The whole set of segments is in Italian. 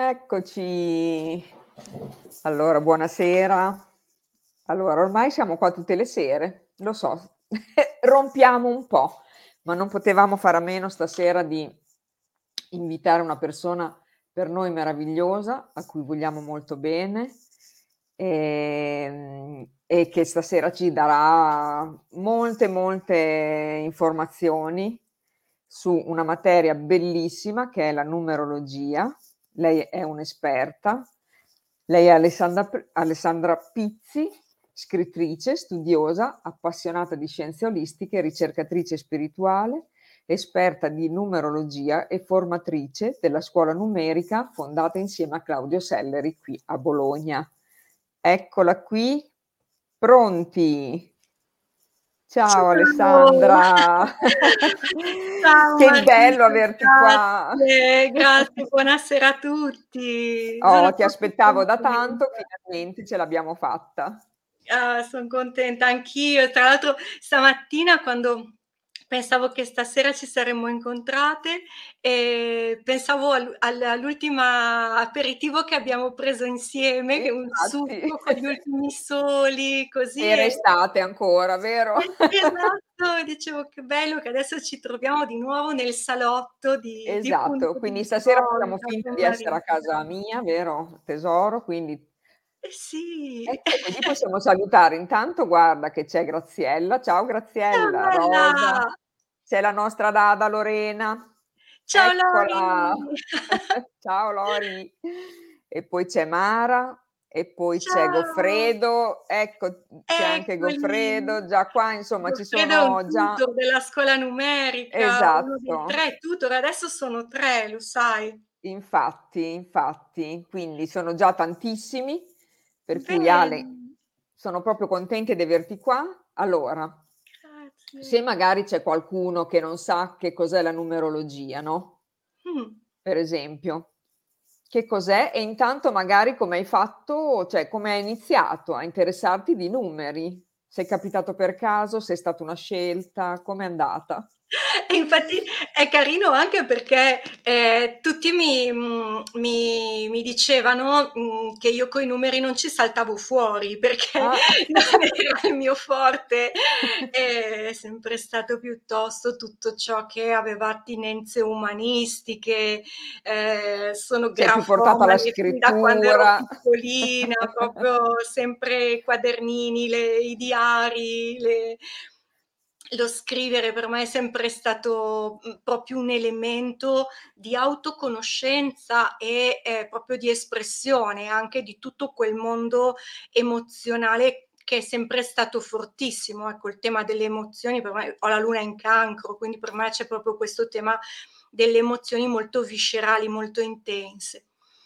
Eccoci. Allora, buonasera. Allora, ormai siamo qua tutte le sere, lo so, rompiamo un po', ma non potevamo fare a meno stasera di invitare una persona per noi meravigliosa, a cui vogliamo molto bene, e che stasera ci darà molte informazioni su una materia bellissima che è la numerologia. Lei è un'esperta. Lei è Alessandra Pizzi, scrittrice, studiosa, appassionata di scienze olistiche, ricercatrice spirituale, esperta di numerologia e formatrice della scuola numerica fondata insieme a Claudio Selleri qui a Bologna. Eccola qui, pronti? Ciao Ciao. Alessandra, Ciao che bello Marisa, averti qua. grazie, buonasera a tutti. Sono Oh, ti proprio aspettavo da tanto, contenta. finalmente ce l'abbiamo fatta. Son contenta anch'io. Tra l'altro stamattina quando pensavo che stasera ci saremmo incontrate, pensavo all'ultima aperitivo che abbiamo preso insieme, che è un Infatti, succo con gli ultimi soli, così era estate ancora, vero? esatto, e dicevo: "Che bello che adesso ci troviamo di nuovo nel salotto di Esatto, Punto quindi di stasera facciamo Solca finta con di essere a Marisa." casa mia, vero tesoro? Quindi Eh sì. ecco, così possiamo salutare. Intanto guarda che c'è Graziella. Ciao Ciao Graziella, Rosa, bella. c'è la nostra Dada Lorena. Ciao Eccola. Lori. Ciao Lori. E poi c'è Mara e poi c'è Ciao. Goffredo. Ecco, c'è anche Eccoli. Goffredo. Già qua insomma ci Goffredo è un sono già tutor della scuola numerica, uno dei esatto. 3 tutor, adesso sono 3, lo sai. Infatti, quindi sono già tantissimi, per cui Ale, Bene, sono proprio contenta di averti qua. Allora, se grazie. magari c'è qualcuno che non sa che cos'è la numerologia, no? Mh. Per esempio, che cos'è? E intanto magari come hai fatto, cioè come hai iniziato a interessarti di numeri? Sei capitato per caso? Sei stata una scelta? Com'è andata? E infatti è carino anche perché, tutti mi dicevano, che io coi numeri non ci saltavo fuori, perché Ah. non era il mio forte, è sempre stato piuttosto tutto ciò che aveva attinenze umanistiche, sono Sei più portata alla grafomane fin da quando ero scrittura. piccolina, proprio sempre i quadernini, i diari, lo scrivere per me è sempre stato, proprio un elemento di autoconoscenza e, proprio di espressione anche di tutto quel mondo emozionale che è sempre stato fortissimo. Ecco, il tema delle emozioni per me, ho la luna in Cancro, quindi per me c'è proprio questo tema delle emozioni molto viscerali, molto intense.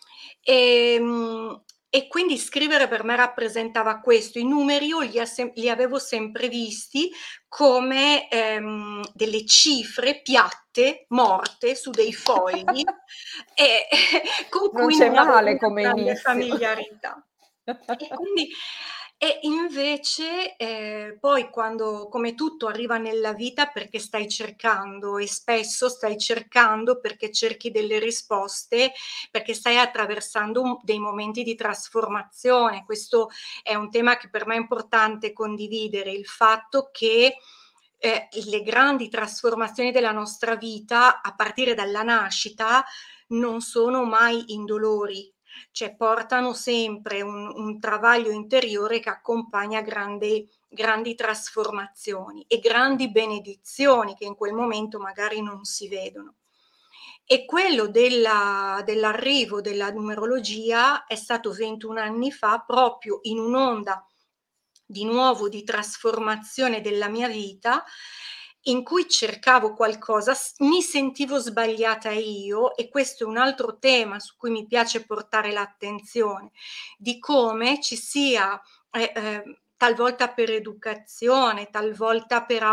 E quindi scrivere per me rappresentava questo. I numeri io li avevo sempre visti come, delle cifre piatte, morte, su dei fogli, e con Non cui c'è non avevo male una come grande inizio. familiarità. E quindi e invece, poi quando come tutto arriva nella vita perché stai cercando e spesso stai cercando perché cerchi delle risposte, perché stai attraversando dei momenti di trasformazione. Questo è un tema che per me è importante condividere, il fatto che, le grandi trasformazioni della nostra vita, a partire dalla nascita, non sono mai indolori, cioè portano sempre un travaglio interiore che accompagna grandi trasformazioni e grandi benedizioni che in quel momento magari non si vedono. E quello dell'arrivo della numerologia è stato 21 anni fa, proprio in un'onda di nuovo di trasformazione della mia vita, in cui cercavo qualcosa, mi sentivo sbagliata io, e questo è un altro tema su cui mi piace portare l'attenzione, di come ci sia, talvolta per educazione, talvolta per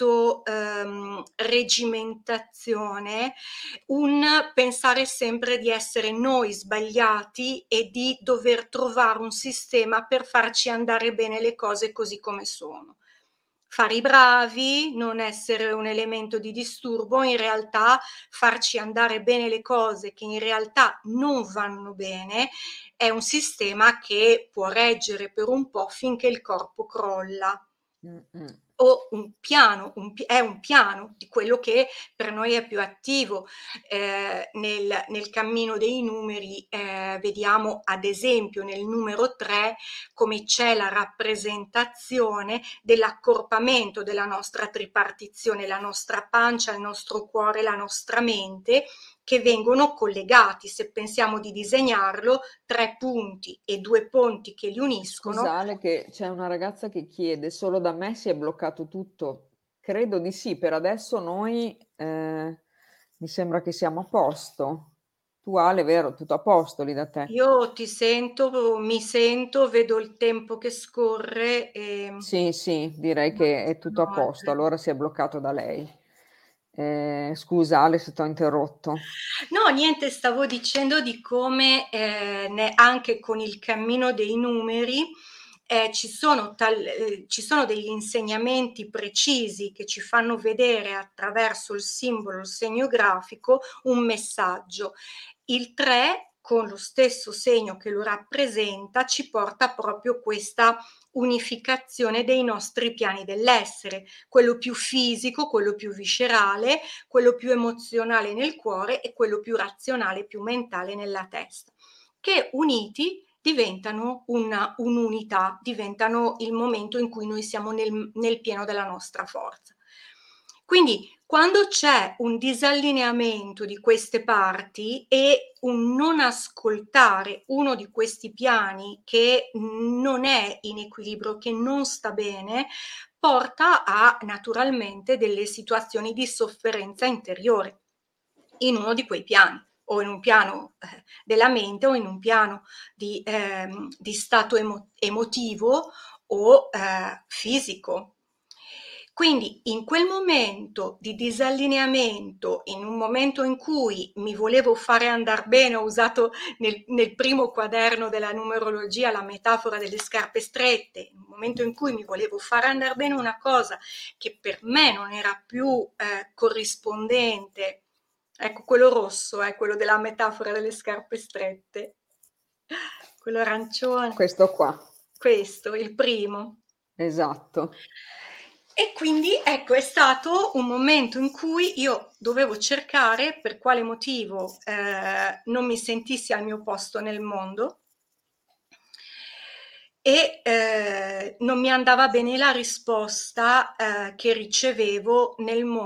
regimentazione, un pensare sempre di essere noi sbagliati e di dover trovare un sistema per farci andare bene le cose così come sono. fare i bravi, non essere un elemento di disturbo, in realtà farci andare bene le cose che in realtà non vanno bene, è un sistema che può reggere per un po' finché il corpo crolla. Mh-mh. O è un piano di quello che per noi è più attivo. Nel cammino dei numeri, vediamo ad esempio nel numero 3 come c'è la rappresentazione dell'accorpamento della nostra tripartizione, la nostra pancia, il nostro cuore, la nostra mente, che vengono collegati. Se pensiamo di disegnarlo, 3 punti e 2 ponti che li uniscono. Scusa Ale, che c'è una ragazza che chiede: "Solo da me si è bloccato tutto?" Credo di sì, per adesso noi, mi sembra che siamo a posto. Tu Ale, vero, tutto a posto lì da te? Io ti sento, mi sento, vedo il tempo che scorre, Sì, sì, direi non che ci è tutto a sono posto, altre. allora si è bloccato da lei. Scusa Ale se t'ho interrotto. No, niente, stavo dicendo di come, anche con il cammino dei numeri, ci sono degli insegnamenti precisi che ci fanno vedere attraverso il simbolo, il segno grafico, un messaggio. Il 3, con lo stesso segno che lo rappresenta, ci porta proprio questa unificazione dei nostri piani dell'essere, quello più fisico, quello più viscerale, quello più emozionale nel cuore e quello più razionale, più mentale nella testa, che uniti diventano un'unità, diventano il momento in cui noi siamo nel pieno della nostra forza. Quindi quando c'è un disallineamento di queste parti e un non ascoltare uno di questi piani che non è in equilibrio, che non sta bene, porta a naturalmente delle situazioni di sofferenza interiore in uno di quei piani, o in un piano della mente o in un piano di stato emotivo o fisico. Quindi in quel momento di disallineamento, in un momento in cui mi volevo fare andar bene, ho usato nel primo quaderno della numerologia la metafora delle scarpe strette, in un momento in cui mi volevo fare andar bene una cosa che per me non era più corrispondente, ecco quello rosso è quello della metafora delle scarpe strette, quello arancione, Questo qua, questo, il primo. esatto. E quindi ecco, è stato un momento in cui io dovevo cercare per quale motivo non mi sentissi al mio posto nel mondo e non mi andava bene la risposta che ricevevo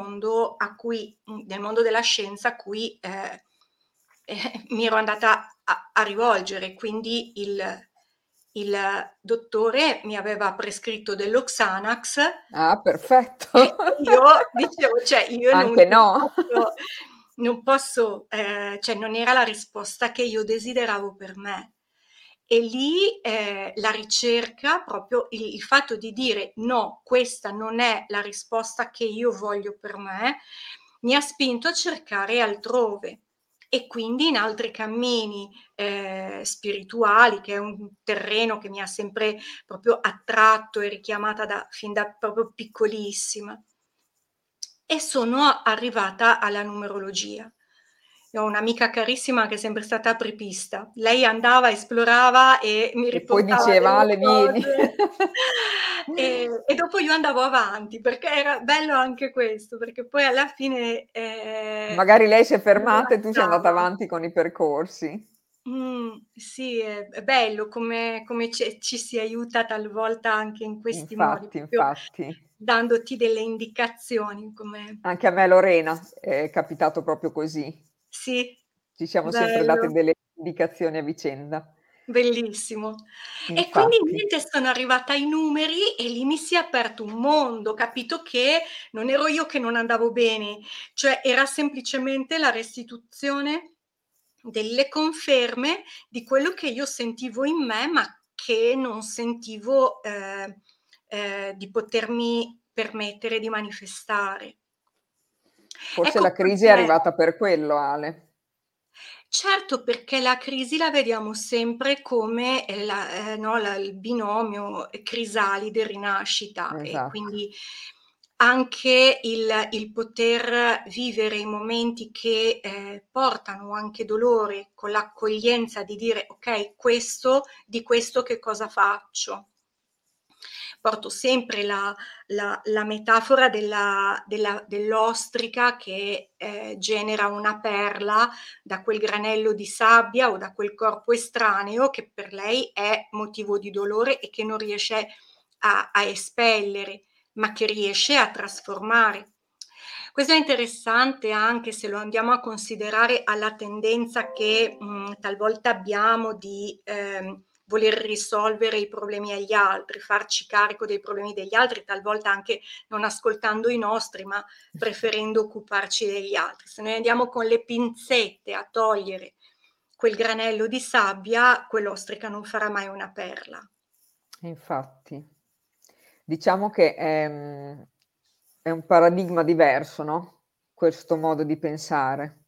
nel mondo della scienza a cui mi ero andata a rivolgere. Quindi il dottore mi aveva prescritto dello Xanax Ah, perfetto. e io dicevo, cioè io Anche no. non posso, cioè non era la risposta che io desideravo per me. E lì, la ricerca, proprio il fatto di dire: "No, questa non è la risposta che io voglio per me", mi ha spinto a cercare altrove e quindi in altri cammini, spirituali, che è un terreno che mi ha sempre proprio attratto e richiamata fin da proprio piccolissima. E sono arrivata alla numerologia. Io ho un'amica carissima che è sempre stata apripista. Lei andava, esplorava e mi E poi riportava diceva: delle "Ale vieni." cose. E dopo io andavo avanti, perché era bello anche questo, perché poi alla fine, Magari lei si è mi fermata e tu sei andata rilassava. avanti con i percorsi. Sì, è bello come ci si aiuta talvolta anche in questi modi, Infatti, proprio infatti. dandoti delle indicazioni come Anche a me Lorena è capitato proprio così. sì, Ci siamo sempre date bello. delle indicazioni a vicenda. Bellissimo. E quindi Infatti. niente, sono arrivata ai numeri e lì mi si è aperto un mondo, ho capito che non ero io che non andavo bene, cioè era semplicemente la restituzione delle conferme di quello che io sentivo in me, ma che non sentivo, di potermi permettere di manifestare. Forse Ecco la crisi è perché arrivata per quello, Ale. Certo, perché la crisi la vediamo sempre come, no, il binomio crisalide-rinascita, e Esatto, quindi anche il poter vivere i momenti che, portano anche dolore, con l'accoglienza di dire: "Okay, di questo che cosa faccio?" Porto sempre la metafora dell'ostrica che, genera una perla da quel granello di sabbia o da quel corpo estraneo che per lei è motivo di dolore e che non riesce a espellere, ma che riesce a trasformare. Questo è interessante anche se lo andiamo a considerare alla tendenza che, talvolta abbiamo di, voler risolvere i problemi agli altri, farci carico dei problemi degli altri, talvolta anche non ascoltando i nostri, ma preferendo occuparci degli altri. Se noi andiamo con le pinzette a togliere quel granello di sabbia, quell'ostrica non farà mai una perla. infatti. Diciamo che è un paradigma diverso, no, questo modo di pensare,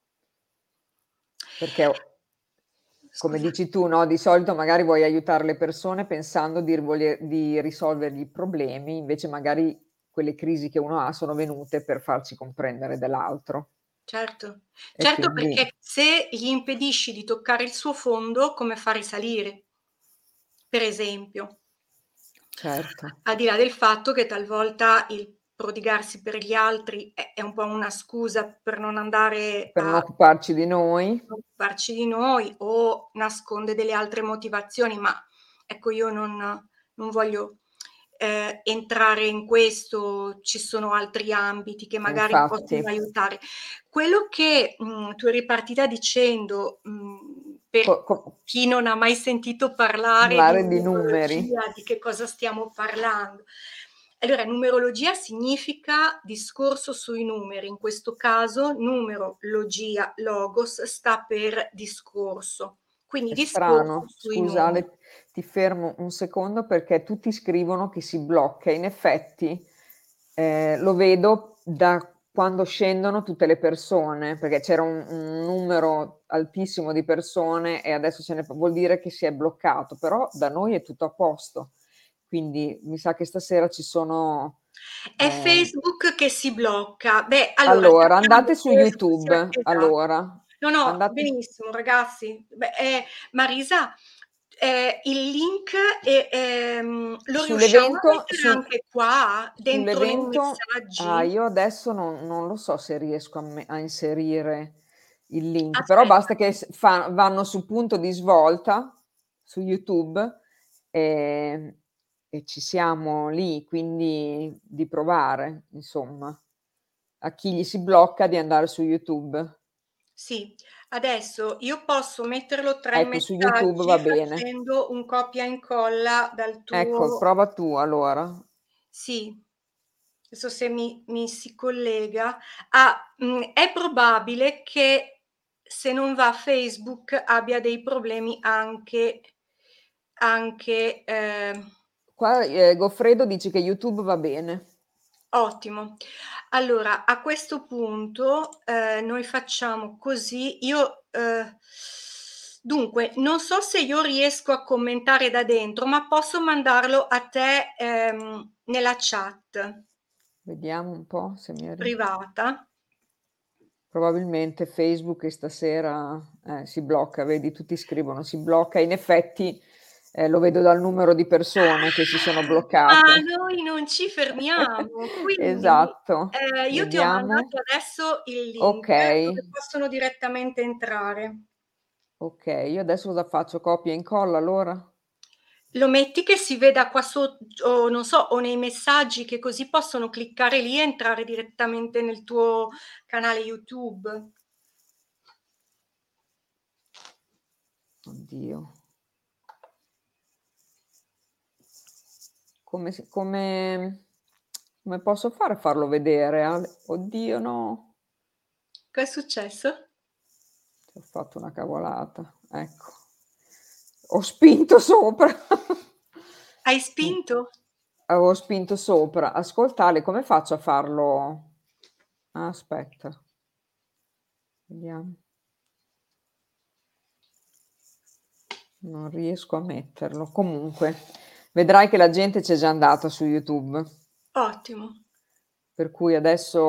perché o come Scusa. dici tu, no, di solito magari vuoi aiutar le persone pensando di risolvergli i problemi, invece magari quelle crisi che uno ha sono venute per farci comprendere dell'altro Certo, e certo quindi perché se gli impedisci di toccare il suo fondo, come fa a risalire? Per esempio. certo, Al di là del fatto che talvolta il prodigarsi per gli altri è un po' una scusa per non andare per non a occuparci di noi. occuparci di noi o nasconde delle altre motivazioni, ma ecco io non voglio, entrare in questo, ci sono altri ambiti che magari Infatti, possono aiutare. Quello che, tu eri partita dicendo, co per co chi non ha mai sentito parlare di parlare di numeri, numerologia, di che cosa stiamo parlando. Allora, numerologia significa discorso sui numeri, in questo caso numero, logia, logos sta per discorso, quindi è discorso strano. sui Scusa numeri. Ale, ti fermo un secondo perché tutti scrivono che si blocca. In effetti, lo vedo da quando scendono tutte le persone, perché c'era un numero altissimo di persone e adesso ce ne vuol dire che si è bloccato, però da noi è tutto a posto. Quindi mi sa che stasera ci sono È ehm, Facebook che si blocca. Beh, allora allora sappiamo andate su che funziona YouTube, esatto. allora, No, no, andate benissimo ragazzi. Beh, Marisa, il link, lo riusciamo a sull'evento mettere anche qua, dentro nei sull'evento messaggi? io adesso non lo so se riesco a inserire il link, però Aspetta. basta che vanno su Punto di Svolta su YouTube, ehm, e ci siamo lì, quindi di provare, insomma. A chi gli si blocca di andare su YouTube. Sì, adesso io posso metterlo tra i Ecco, su YouTube messaggi va bene. facendo un copia e incolla dal Ecco, tuo. prova tu allora. Sì, adesso se mi si collega. È probabile che se non va a Facebook abbia dei problemi anche, Qua, Goffredo dice che YouTube va bene. ottimo. Allora, a questo punto, noi facciamo così. Dunque, non so se io riesco a commentare da dentro, ma posso mandarlo a te, nella chat Vediamo un po' se mi arri privata. probabilmente Facebook che stasera, si blocca, vedi tutti scrivono: "Si blocca", in effetti, lo vedo dal numero di persone che si sono Ma bloccate. noi non ci fermiamo. Quindi, Esatto. io ti ho Vediamo. mandato adesso il link Okay, dove possono direttamente entrare. okay. Io adesso cosa faccio? Copia e incolla allora? Lo metti che si veda qua o non so, o nei messaggi che così possono cliccare lì e entrare direttamente nel tuo canale YouTube. Oddio. Come posso fare a farlo vedere Ale? Oddio no, Che è successo? ho fatto una cavolata. Ecco. Ho spinto sopra. Hai Mh. spinto? Avevo spinto sopra. Ascolta Ale, come faccio a farlo aspetta, vediamo. Non riesco a metterlo. Comunque, vedrai che la gente c'è già andata su YouTube, Ottimo. per cui adesso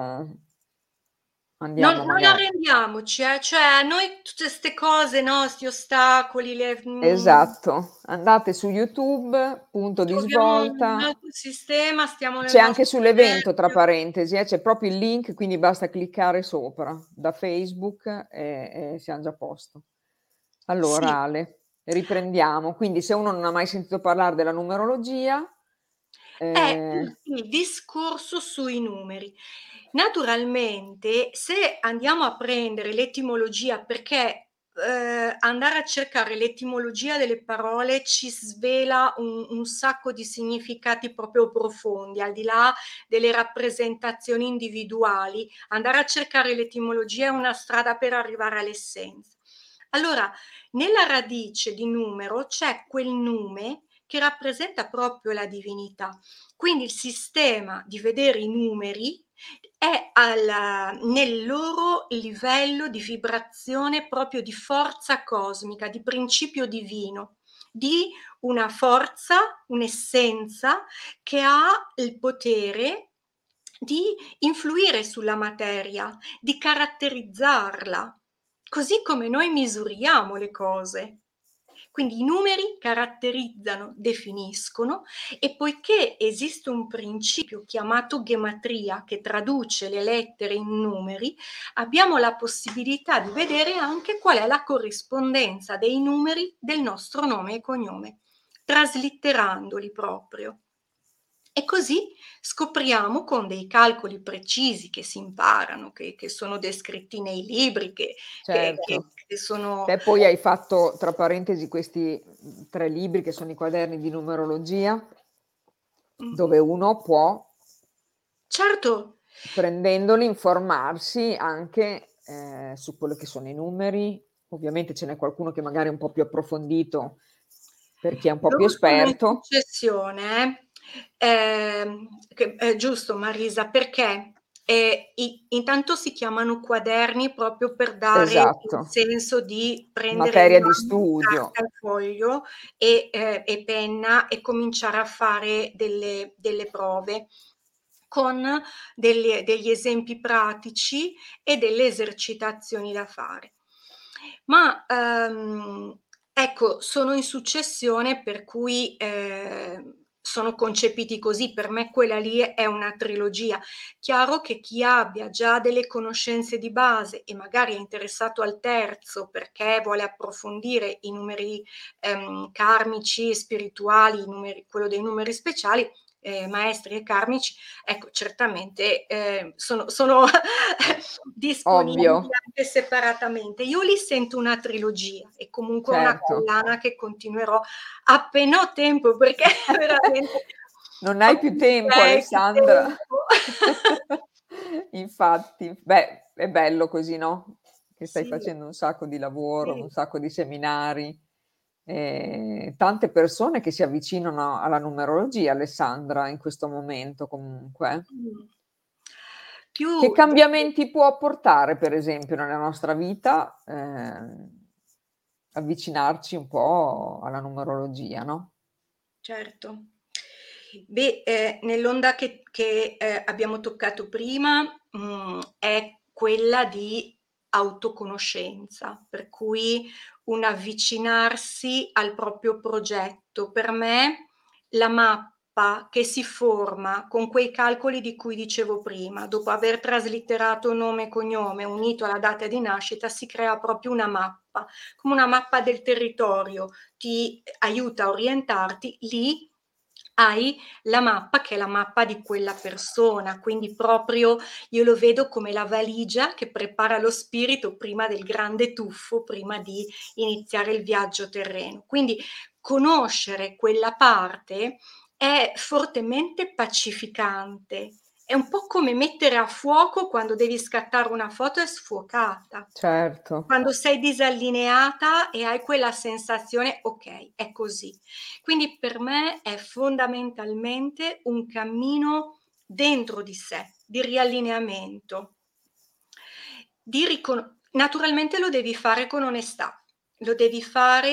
andiamo Non maga arrendiamoci, cioè a noi tutte 'ste cose, no, 'sti ostacoli, esatto, andate su YouTube, punto di troviamo il svolta. nostro sistema, stiamo nel C'è anche nostro sull'evento tra cerchio. parentesi, c'è proprio il link, quindi basta cliccare sopra da Facebook e siam già a posto. Sì. Allora Ale, riprendiamo. Quindi se uno non ha mai sentito parlare della numerologia, È ehm il discorso sui numeri. Naturalmente, se andiamo a prendere l'etimologia perché, andare a cercare l'etimologia delle parole ci svela un sacco di significati proprio profondi, al di là delle rappresentazioni individuali, andare a cercare l'etimologia è una strada per arrivare all'essenza. Allora, nella radice di numero c'è quel nume che rappresenta proprio la divinità. Quindi il sistema di vedere i numeri è nel loro livello di vibrazione proprio di forza cosmica, di principio divino, di una forza, un'essenza che ha il potere di influire sulla materia, di caratterizzarla, così come noi misuriamo le cose. Quindi i numeri caratterizzano, definiscono e poiché esiste un principio chiamato gematria che traduce le lettere in numeri, abbiamo la possibilità di vedere anche qual è la corrispondenza dei numeri del nostro nome e cognome, traslitterandoli proprio. E così scopriamo con dei calcoli precisi che si imparano, che sono descritti nei libri, certo. che sono. Te poi hai fatto, tra parentesi, questi, 3 libri che sono i quaderni di numerologia, Mh. dove uno può, Certo, prendendoli, informarsi anche, su quello che sono i numeri. Ovviamente ce n'è qualcuno che magari è un po' più approfondito per chi è un po' più loro sono in esperto. successione, che è giusto Marisa, perché, i intanto si chiamano quaderni proprio per dare il Esatto, senso di prendere in materia di mano studio. carta e foglio e penna e cominciare a fare delle prove con degli esempi pratici e delle esercitazioni da fare. Ma, ecco, sono in successione per cui, sono concepiti così. Per me quella lì è una trilogia. Chiaro che chi abbia già delle conoscenze di base e magari è interessato al terzo perché vuole approfondire i numeri, karmici, spirituali, i numeri quello dei numeri speciali, maestri e karmici, ecco, certamente, sono disponibili Ovvio, anche separatamente. Io li sento una trilogia e comunque una certo. collana che continuerò appena ho tempo, perché veramente Non ho hai più più tempo che Alessandra. tempo. Infatti. Beh, è bello così, no, che stai Sì, facendo un sacco di lavoro, un sì. sacco di seminari, tante persone che si avvicinano alla numerologia, Alessandra, in questo momento comunque. Mh. Che Più delle cambiamenti può apportare, per esempio, nella nostra vita, avvicinarci un po' alla numerologia, no? Certo. Beh, nell'onda che abbiamo toccato prima, è quella di autoconoscenza, per cui un avvicinarsi al proprio progetto. Per me la mappa che si forma con quei calcoli di cui dicevo prima, dopo aver traslitterato nome e cognome, unito alla data di nascita, si crea proprio una mappa, come una mappa del territorio, ti aiuta a orientarti, lì hai la mappa che è la mappa di quella persona, quindi proprio io lo vedo come la valigia che prepara lo spirito prima del grande tuffo, prima di iniziare il viaggio terreno. Quindi conoscere quella parte è fortemente pacificante. È un po' come mettere a fuoco quando devi scattare una foto è sfuocata. Certo. Quando sei disallineata e hai quella sensazione: "Okay, è così". Quindi per me è fondamentalmente un cammino dentro di sé, di riallineamento, di ricono naturalmente lo devi fare con onestà, lo devi fare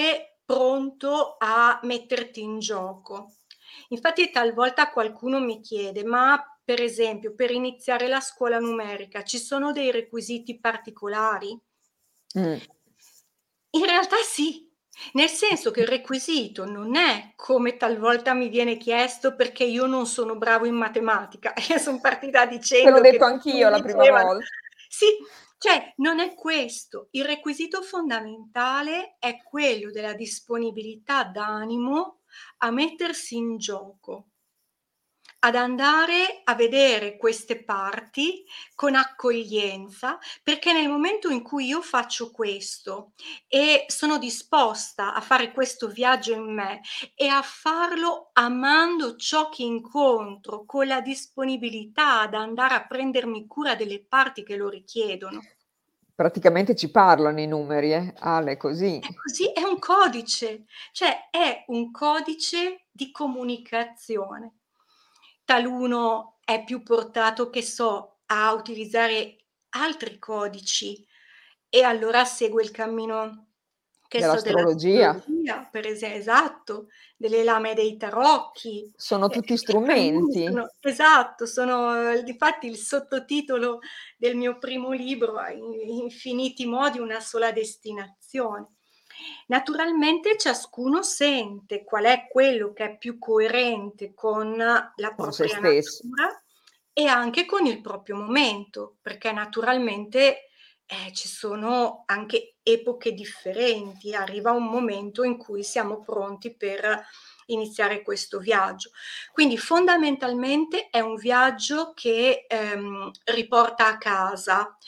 pronto a metterti in gioco. Infatti talvolta qualcuno mi chiede: "Ma per esempio per iniziare la scuola numerica ci sono dei requisiti particolari?" Mh. In realtà sì, nel senso che il requisito non è, come talvolta mi viene chiesto, perché io non sono bravo in matematica. Io son partita Te l'ho dicendo che detto tutti mi anch'io la prima dicevano volta. sì, cioè non è questo. Il requisito fondamentale è quello della disponibilità d'animo a mettersi in gioco, ad andare a vedere queste parti con accoglienza, perché nel momento in cui io faccio questo e sono disposta a fare questo viaggio in me e a farlo amando ciò che incontro, con la disponibilità ad andare a prendermi cura delle parti che lo richiedono. Praticamente ci parlano i numeri, Ale, così. È così, è un codice, cioè è un codice di comunicazione. Taluno è più portato, che so, a utilizzare altri codici e allora segue il cammino, che so, Dell'astrologia. dell'astrologia, per esatto, delle lame dei tarocchi. Sono tutti Alcuni strumenti. sono esatto, sono difatti il sottotitolo del mio primo libro a Infiniti modi, una sola destinazione. Naturalmente ciascuno sente qual è quello che è più coerente con la Con se propria stessi. natura e anche con il proprio momento, perché naturalmente, ci sono anche epoche differenti, arriva un momento in cui siamo pronti per iniziare questo viaggio. Quindi fondamentalmente è un viaggio che, riporta a casa,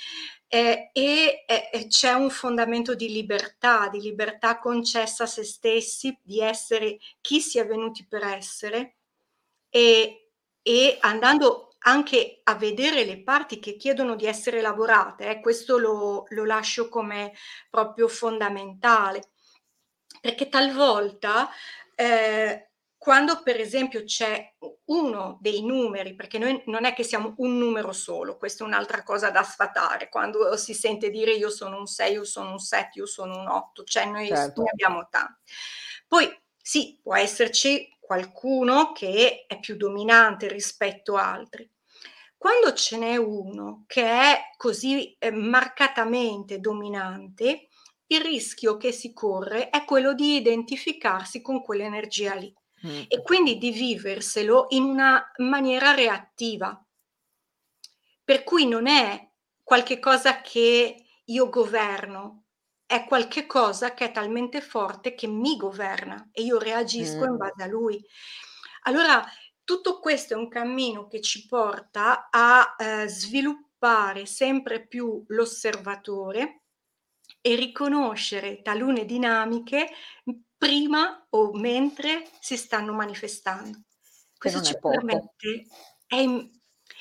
e c'è un fondamento di libertà concessa a se stessi, di essere chi si è venuti per essere e andando anche a vedere le parti che chiedono di essere lavorate, questo lo lascio come proprio fondamentale. Perché talvolta, quando per esempio c'è uno dei numeri, perché noi non è che siamo un numero solo, questa è un'altra cosa da sfatare, quando si sente dire: "Io sono un 6, io sono un 7, io sono un 8", cioè noi Certo. ne abbiamo tanti. Poi sì, può esserci qualcuno che è più dominante rispetto a altri. Quando ce n'è uno che è così, marcatamente dominante, il rischio che si corre è quello di identificarsi con quell'energia lì Mh. e quindi di viverselo in una maniera reattiva. Per cui non è qualche cosa che io governo, è qualche cosa che è talmente forte che mi governa e io reagisco Mh. in base a lui. Allora, tutto questo è un cammino che ci porta a, sviluppare sempre più l'osservatore e riconoscere talune dinamiche, prima o mentre si stanno manifestando. Che Questo non ci è poco. permette è im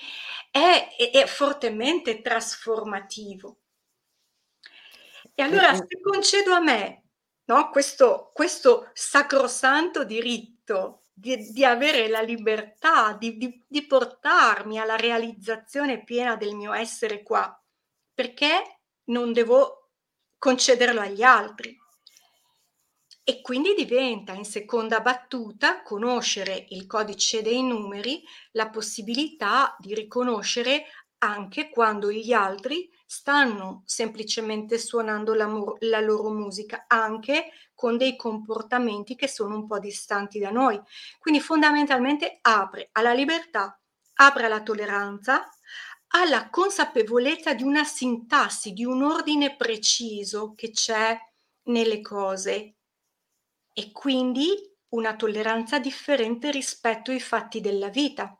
è fortemente trasformativo. E E allora in se concedo a me, no, questo sacrosanto diritto di avere la libertà di portarmi alla realizzazione piena del mio essere qua, perché non devo concederlo agli altri? E quindi diventa in seconda battuta, conoscere il codice dei numeri, la possibilità di riconoscere anche quando gli altri stanno semplicemente suonando la loro musica, anche con dei comportamenti che sono un po' distanti da noi. Quindi fondamentalmente apre alla libertà, apre alla tolleranza, alla consapevolezza di una sintassi, di un ordine preciso che c'è nelle cose e quindi una tolleranza differente rispetto ai fatti della vita.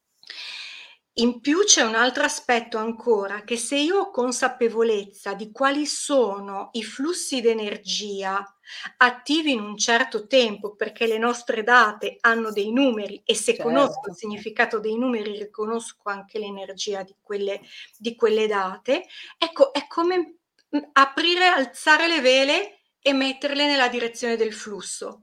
In più c'è un altro aspetto ancora, che se io ho consapevolezza di quali sono i flussi d'energia attivi in un certo tempo, perché le nostre date hanno dei numeri e se conosco il certo. significato dei numeri riconosco anche l'energia di quelle date, ecco è come, aprire, alzare le vele e metterle nella direzione del flusso.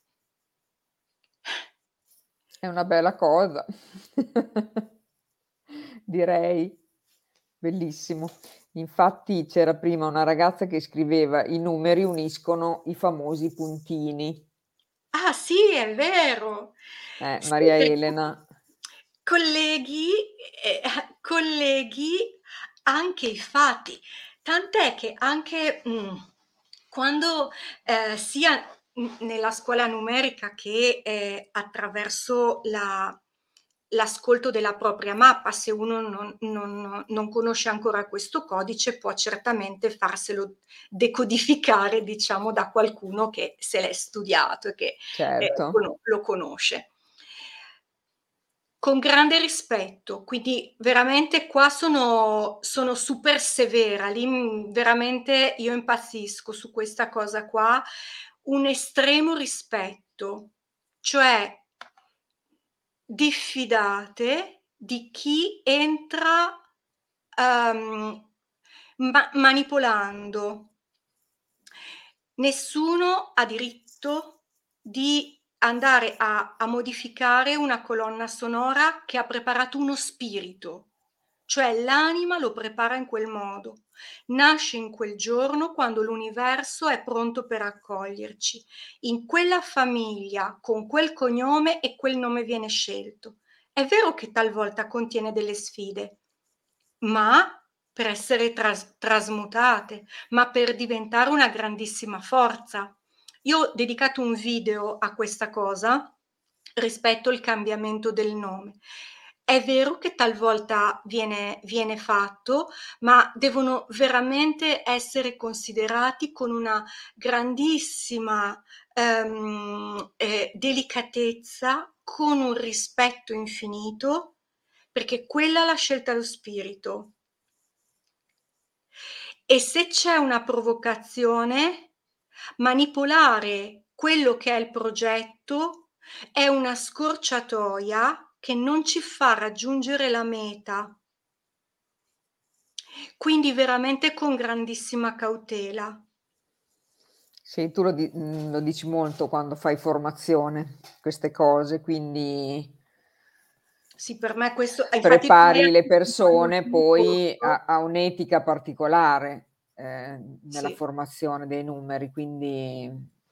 È una bella cosa. Direi. Bellissimo. Infatti c'era prima una ragazza che scriveva: "I numeri uniscono i famosi puntini". Ah sì, è vero. Sì, Maria perché Elena. colleghi colleghi anche i fatti. Tant'è che anche, quando, sia nella scuola numerica che, attraverso l'ascolto della propria mappa, se uno non conosce ancora questo codice, può certamente farselo decodificare, diciamo, da qualcuno che se l'è studiato e che, Certo. lo conosce. Con grande rispetto, quindi veramente qua sono super severa, lì, veramente io impazzisco su questa cosa qua. Un estremo rispetto, cioè diffidate di chi entra, uhm, manipolando. Nessuno ha diritto di andare a modificare una colonna sonora che ha preparato uno spirito, cioè l'anima lo prepara in quel modo. Nasce in quel giorno quando l'universo è pronto per accoglierci, in quella famiglia, con quel cognome e quel nome viene scelto. È vero che talvolta contiene delle sfide, ma per essere trasmutate, ma per diventare una grandissima forza. Io ho dedicato un video a questa cosa, rispetto il cambiamento del nome. È vero che talvolta viene fatto, ma devono veramente essere considerati con una grandissima, delicatezza, con un rispetto infinito, perché quella l'ha scelta lo spirito. E se c'è una provocazione, manipolare quello che è il progetto è una scorciatoia che non ci fa raggiungere la meta. Quindi veramente con grandissima cautela. Sì, tu lo dici molto quando fai formazione, queste cose, quindi Sì, per me questo infatti poi prepari le adesso sto in persone ultimo poi corso. a un'etica particolare, nella Sì. formazione dei numeri, quindi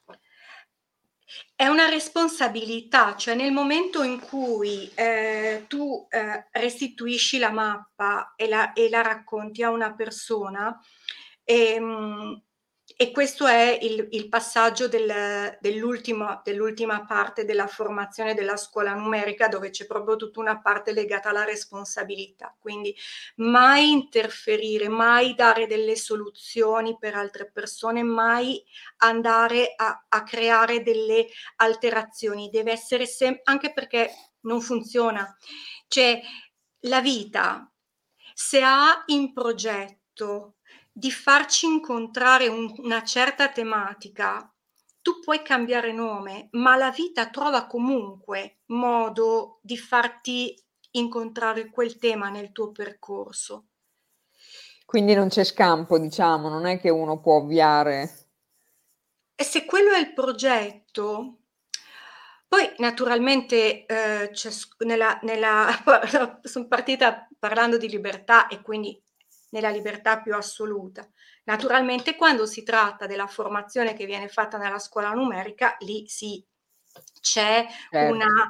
È una responsabilità, cioè nel momento in cui, tu, restituisci la mappa e la racconti a una persona, ehm, e questo è il passaggio dell'ultima parte della formazione della scuola numerica, dove c'è proprio tutta una parte legata alla responsabilità. Quindi mai interferire, mai dare delle soluzioni per altre persone, mai andare a creare delle alterazioni, deve essere anche perché non funziona. Cioè, la vita, se ha in progetto di farci incontrare una certa tematica, tu puoi cambiare nome, ma la vita trova comunque modo di farti incontrare quel tema nel tuo percorso. quindi non c'è scampo, diciamo, non è che uno può ovviare. E se quello è il progetto, poi naturalmente, nella son partita parlando di libertà e quindi nella libertà più assoluta. Naturalmente quando si tratta della formazione che viene fatta nella scuola numerica, lì sì, c'è una, Certo.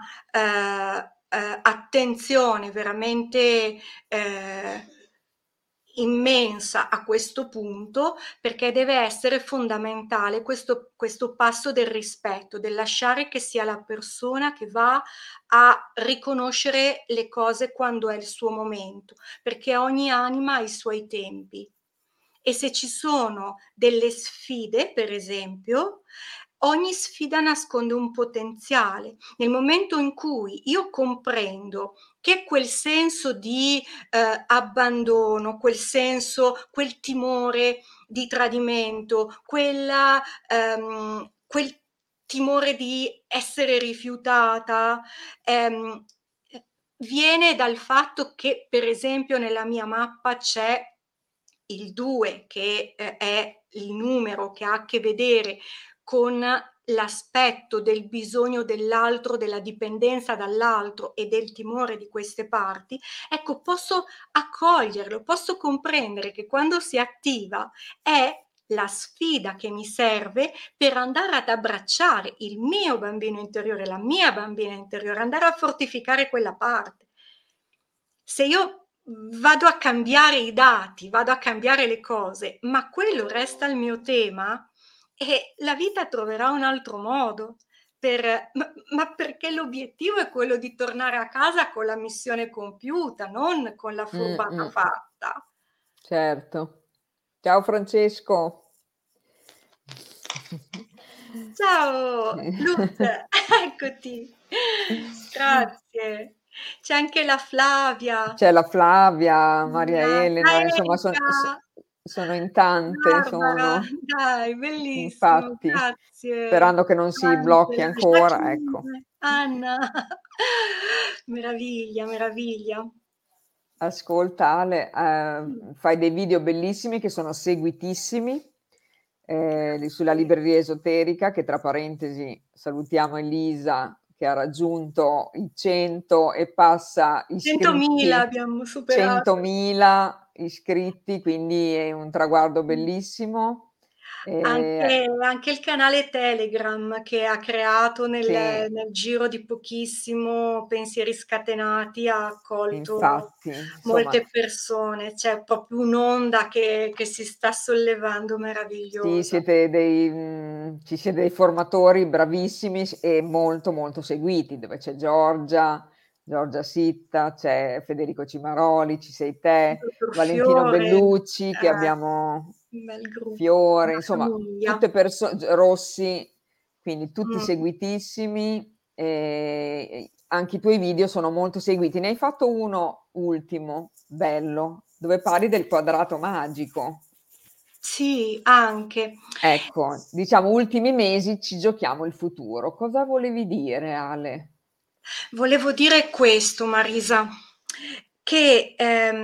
attenzione veramente, ehm immensa a questo punto, perché deve essere fondamentale questo passo del rispetto, del lasciare che sia la persona che va a riconoscere le cose quando è il suo momento, perché ogni anima ha i suoi tempi. E se ci sono delle sfide, per esempio, ogni sfida nasconde un potenziale. Nel momento in cui io comprendo che quel senso di, abbandono, quel senso, quel timore di tradimento, quel timore di essere rifiutata, ehm, viene dal fatto che, per esempio, nella mia mappa c'è il 2 che, è il numero che ha a che vedere con l'aspetto del bisogno dell'altro, della dipendenza dall'altro e del timore di queste parti, ecco, posso accoglierlo, posso comprendere che quando si attiva è la sfida che mi serve per andare ad abbracciare il mio bambino interiore, la mia bambina interiore, andare a fortificare quella parte. Se io vado a cambiare i dati, vado a cambiare le cose, ma quello resta il mio tema, e la vita troverà un altro modo ma perché l'obiettivo è quello di tornare a casa con la missione compiuta, non con la furbata Mh. fatta. Certo. Ciao Francesco. Ciao, Luz, eccoti. Grazie. C'è anche la Flavia. C'è la Flavia, Maria Elena, insomma Enka, sono in tante, Barbara, sono. dai, bellissimo, Infatti, grazie. sperando che non si blocchi Angela, ancora, ecco. Jacqueline, Anna. Meraviglia, meraviglia. Ascolta Ale, Mh. fai dei video bellissimi che sono seguitissimi, lì sulla libreria esoterica, che tra parentesi salutiamo Elisa che ha raggiunto i 100 e passa 100.000 iscritti, abbiamo superato. 100.000 iscritti, quindi è un traguardo bellissimo. Ehm, Anche il canale Telegram che ha creato nel sì, nel giro di pochissimo, Pensieri Scatenati, ha accolto infatti, insomma. molte persone. C'è proprio un'onda che si sta sollevando Sì, meravigliosa. ci siete dei formatori bravissimi e molto, molto seguiti, dove c'è Giorgia Sitta, c'è Federico Cimaroli, ci sei te, Dottor Valentino Fiore, Bellucci, che abbiamo un bel gruppo, Fiore, una insomma famiglia. tutte Rossi, quindi tutti Mh. seguitissimi, anche i tuoi video sono molto seguiti. Ne hai fatto uno ultimo, bello, dove parli del quadrato magico. Sì, anche. Ecco, diciamo ultimi mesi ci giochiamo il futuro. Cosa volevi dire, Ale? Volevo dire questo, Marisa, che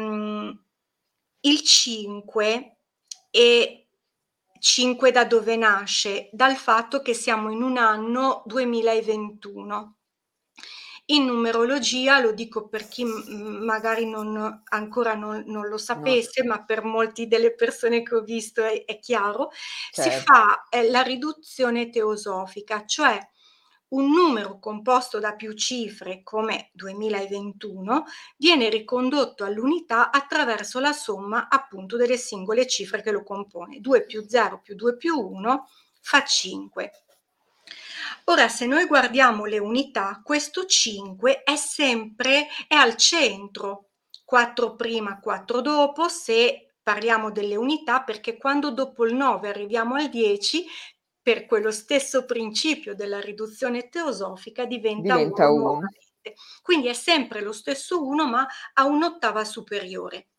il 5 è 5 da dove nasce? Dal fatto che siamo in un anno 2021. In numerologia, lo dico per chi magari ancora non lo No, sapesse, ma per molti delle persone che ho visto è chiaro, si certo, fa la riduzione teosofica, cioè un numero composto da più cifre come 2021 viene ricondotto all'unità attraverso la somma appunto delle singole cifre che lo compone. 2 più 0 più 2 più 1 fa 5. Ora, se noi guardiamo le unità, questo 5 è al centro, 4 prima, 4 dopo, se parliamo delle unità, perché quando dopo il 9 arriviamo al 10, per quello stesso principio della riduzione teosofica diventa 1 diventa 1. nuovamente. Quindi è sempre lo stesso 1, ma a un'ottava superiore.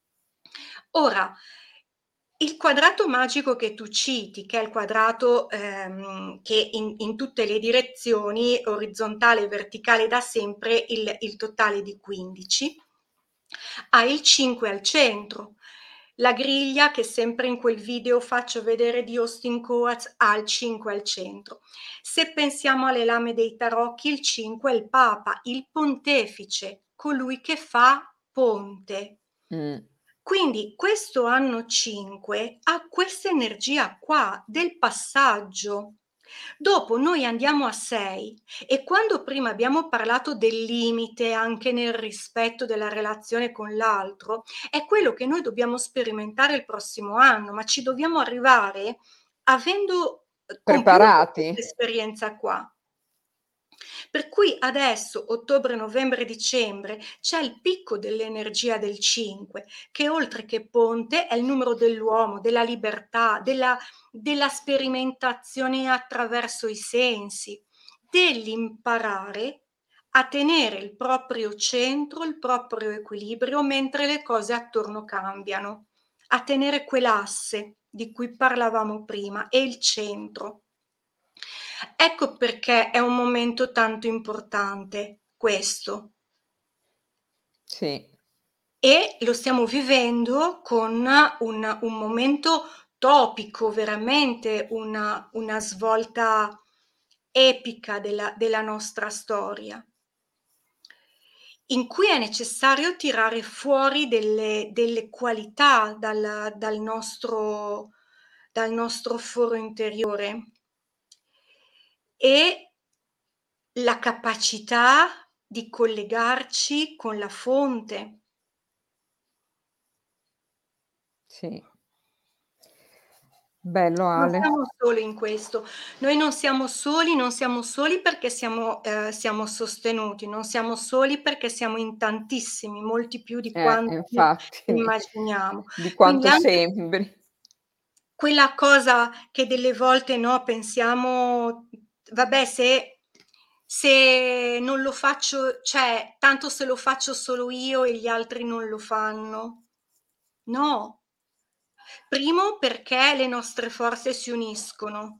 Ora, il quadrato magico che tu citi, che è il quadrato che in tutte le direzioni, orizzontale e verticale, da sempre il totale di 15, ha il 5 al centro. La griglia che sempre in quel video faccio vedere di Austin Coates ha il 5 al centro. Se pensiamo alle lame dei tarocchi, il 5 è il Papa, il pontefice, colui che fa ponte. Mh. Quindi questo anno 5 ha questa energia qua del passaggio. Dopo noi andiamo a 6 e quando prima abbiamo parlato del limite anche nel rispetto della relazione con l'altro, è quello che noi dobbiamo sperimentare il prossimo anno, ma ci dobbiamo arrivare avendo compiuto Preparati? questa esperienza qua. Per cui adesso, ottobre, novembre, dicembre, c'è il picco dell'energia del 5, che oltre che ponte è il numero dell'uomo, della libertà, della sperimentazione attraverso i sensi, dell'imparare a tenere il proprio centro, il proprio equilibrio mentre le cose attorno cambiano, a tenere quell'asse di cui parlavamo prima e il centro. Ecco perché è un momento tanto importante questo, Sì, e lo stiamo vivendo con un momento topico, veramente una svolta epica della nostra storia, in cui è necessario tirare fuori delle qualità dal nostro foro interiore, e la capacità di collegarci con la fonte. Sì. Bello Non Ale. siamo soli in questo. Noi non siamo soli perché siamo sostenuti, non siamo soli perché siamo in tantissimi, molti più di quanti Infatti immaginiamo. di Quindi quanto anche sembri. quella cosa che delle volte, no, pensiamo: "Vabbè, se non lo faccio, cioè tanto se lo faccio solo io e gli altri non lo fanno." No. Primo, perché le nostre forze si uniscono.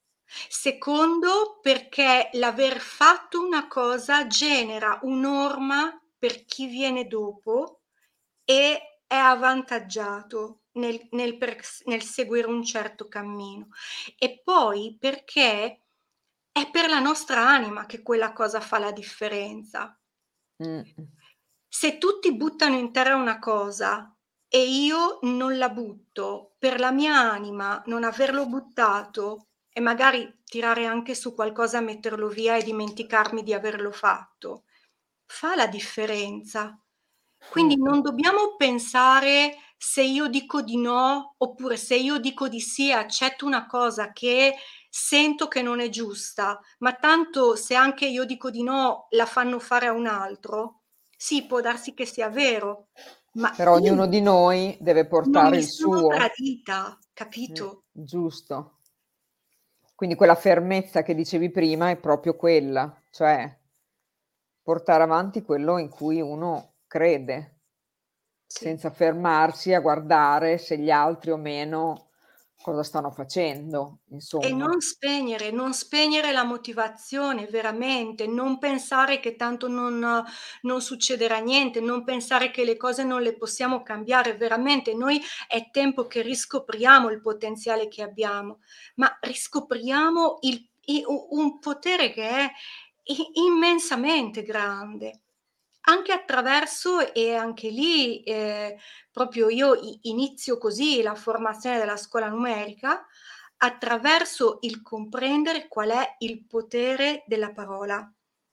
Secondo, perché l'aver fatto una cosa genera un'orma per chi viene dopo e è avvantaggiato nel seguire un certo cammino. E poi perché è per la nostra anima che quella cosa fa la differenza. Mh. Se tutti buttano in terra una cosa e io non la butto, per la mia anima non averlo buttato e magari tirare anche su qualcosa, metterlo via e dimenticarmi di averlo fatto, fa la differenza. Quindi Mh. non dobbiamo pensare: se io dico di no, oppure se io dico di sì e accetto una cosa che sento che non è giusta, ma tanto se anche io dico di no la fanno fare a un altro. Sì, può darsi che sia vero, ma Però io ognuno di noi deve non portare mi il sono suo. tradita, capito? Giusto. Quindi quella fermezza che dicevi prima è proprio quella, cioè portare avanti quello in cui uno crede, Sì. senza fermarsi a guardare se gli altri o meno cosa stanno facendo, E insomma. non spegnere la motivazione, veramente, non pensare che tanto non succederà niente, non pensare che le cose non le possiamo cambiare. Veramente noi è tempo che riscopriamo il potenziale che abbiamo, ma riscopriamo il i u un potere che è immensamente grande. Anche attraverso, e anche lì, proprio io inizio così la formazione della scuola numerica, attraverso il comprendere qual è il potere della parola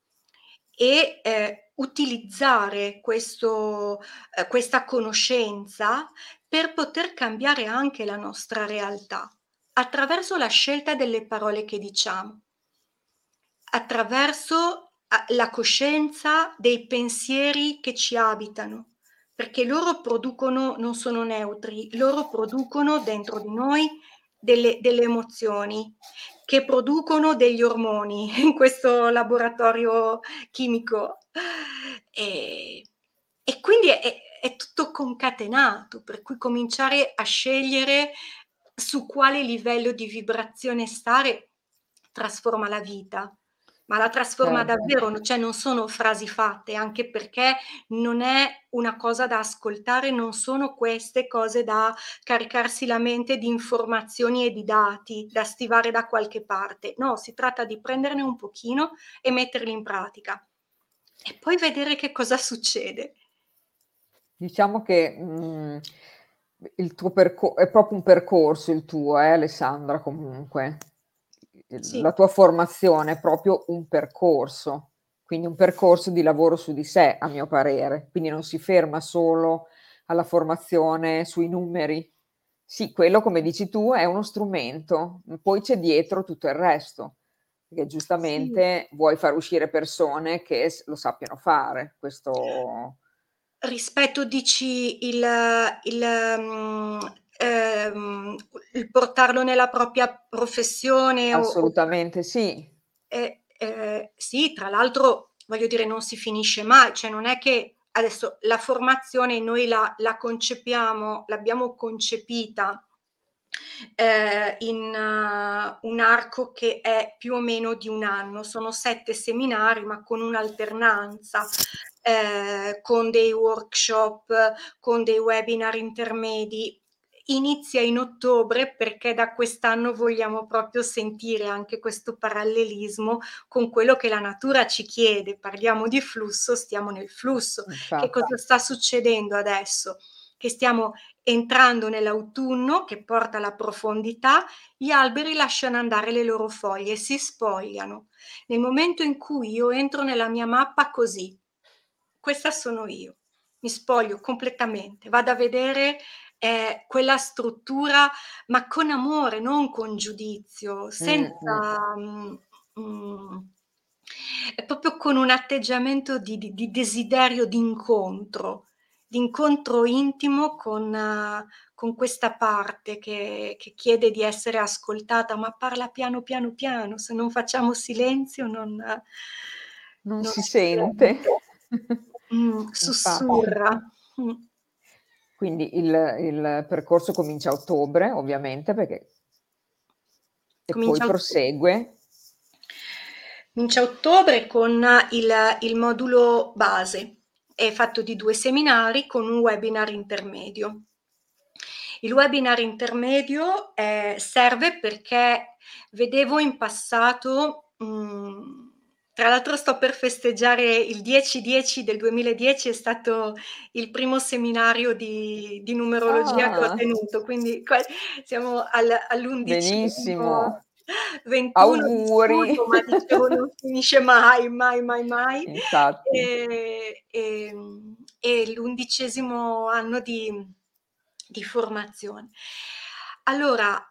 e, utilizzare questa conoscenza per poter cambiare anche la nostra realtà, attraverso la scelta delle parole che diciamo, attraverso la coscienza dei pensieri che ci abitano, perché loro producono, non sono neutri, loro producono dentro di noi delle emozioni, che producono degli ormoni in questo laboratorio chimico. Ehm, e quindi è tutto concatenato, per cui cominciare a scegliere su quale livello di vibrazione stare trasforma la vita, ma la trasforma Certo. davvero, cioè non sono frasi fatte, anche perché non è una cosa da ascoltare, non sono queste cose da caricarsi la mente di informazioni e di dati da stivare da qualche parte. No, si tratta di prenderne un pochino e metterli in pratica e poi vedere che cosa succede. Diciamo che, il tuo è proprio un percorso il tuo, Alessandra, comunque. La Sì, tua formazione è proprio un percorso, quindi un percorso di lavoro su di sé, a mio parere. Quindi non si ferma solo alla formazione sui numeri. Sì, quello come dici tu è uno strumento, poi c'è dietro tutto il resto, perché sì. giustamente vuoi far uscire persone che lo sappiano fare. Questo Rispetto dici ehm, il portarlo nella propria professione o assolutamente sì. sì, tra l'altro voglio dire non si finisce mai, cioè non è che adesso la formazione noi la concepiamo, l'abbiamo concepita, in un arco che è più o meno di 1 anno. Sono 7 seminari, ma con un'alternanza, con dei workshop, con dei webinar intermedi. inizia in ottobre perché da quest'anno vogliamo proprio sentire anche questo parallelismo con quello che la natura ci chiede. Parliamo di flusso, stiamo nel flusso. Che infatti. cosa sta succedendo adesso? Che stiamo entrando nell'autunno che porta alla profondità, gli alberi lasciano andare le loro foglie, si spogliano. Nel momento in cui io entro nella mia mappa così, questa sono io, mi spoglio completamente, vado a vedere quella struttura, ma con amore, non con giudizio, Mh. senza mh, è proprio con un atteggiamento di desiderio di incontro intimo con questa parte che chiede di essere ascoltata, ma parla piano, piano, piano, se non facciamo silenzio Non non si si sente. sente. Infatti. Sussurra. Mh. Quindi il percorso comincia a ottobre, ovviamente, perché e poi Comincia a ottobre. prosegue. Comincia a ottobre con il modulo base. È fatto di 2 seminari con un webinar intermedio. Il webinar intermedio, serve perché vedevo in passato, tra l'altro sto per festeggiare il 10/10 del 2010, è stato il primo seminario di numerologia che ho Ah, tenuto, quindi siamo all'11° benissimo. 21 di Auguri. studio, ma dicevo non finisce mai, mai, mai, mai. Infatti. E l'11° anno di formazione. Allora,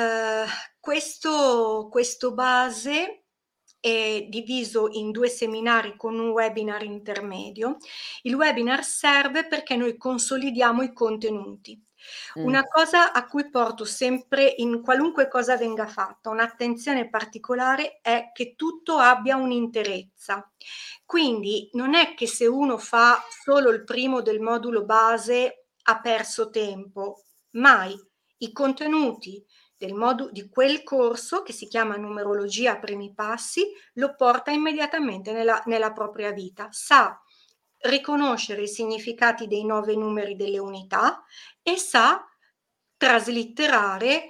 questo base è diviso in 2 seminari con un webinar intermedio. Il webinar serve perché noi consolidiamo i contenuti. Mh. Una cosa a cui porto sempre in qualunque cosa venga fatta, un'attenzione particolare, è che tutto abbia un'interezza. Quindi non è che se uno fa solo il primo del modulo base ha perso tempo, mai. I contenuti di quel corso, che si chiama Numerologia Primi Passi, lo porta immediatamente nella propria vita. Sa riconoscere i significati dei 9 numeri delle unità e sa traslitterare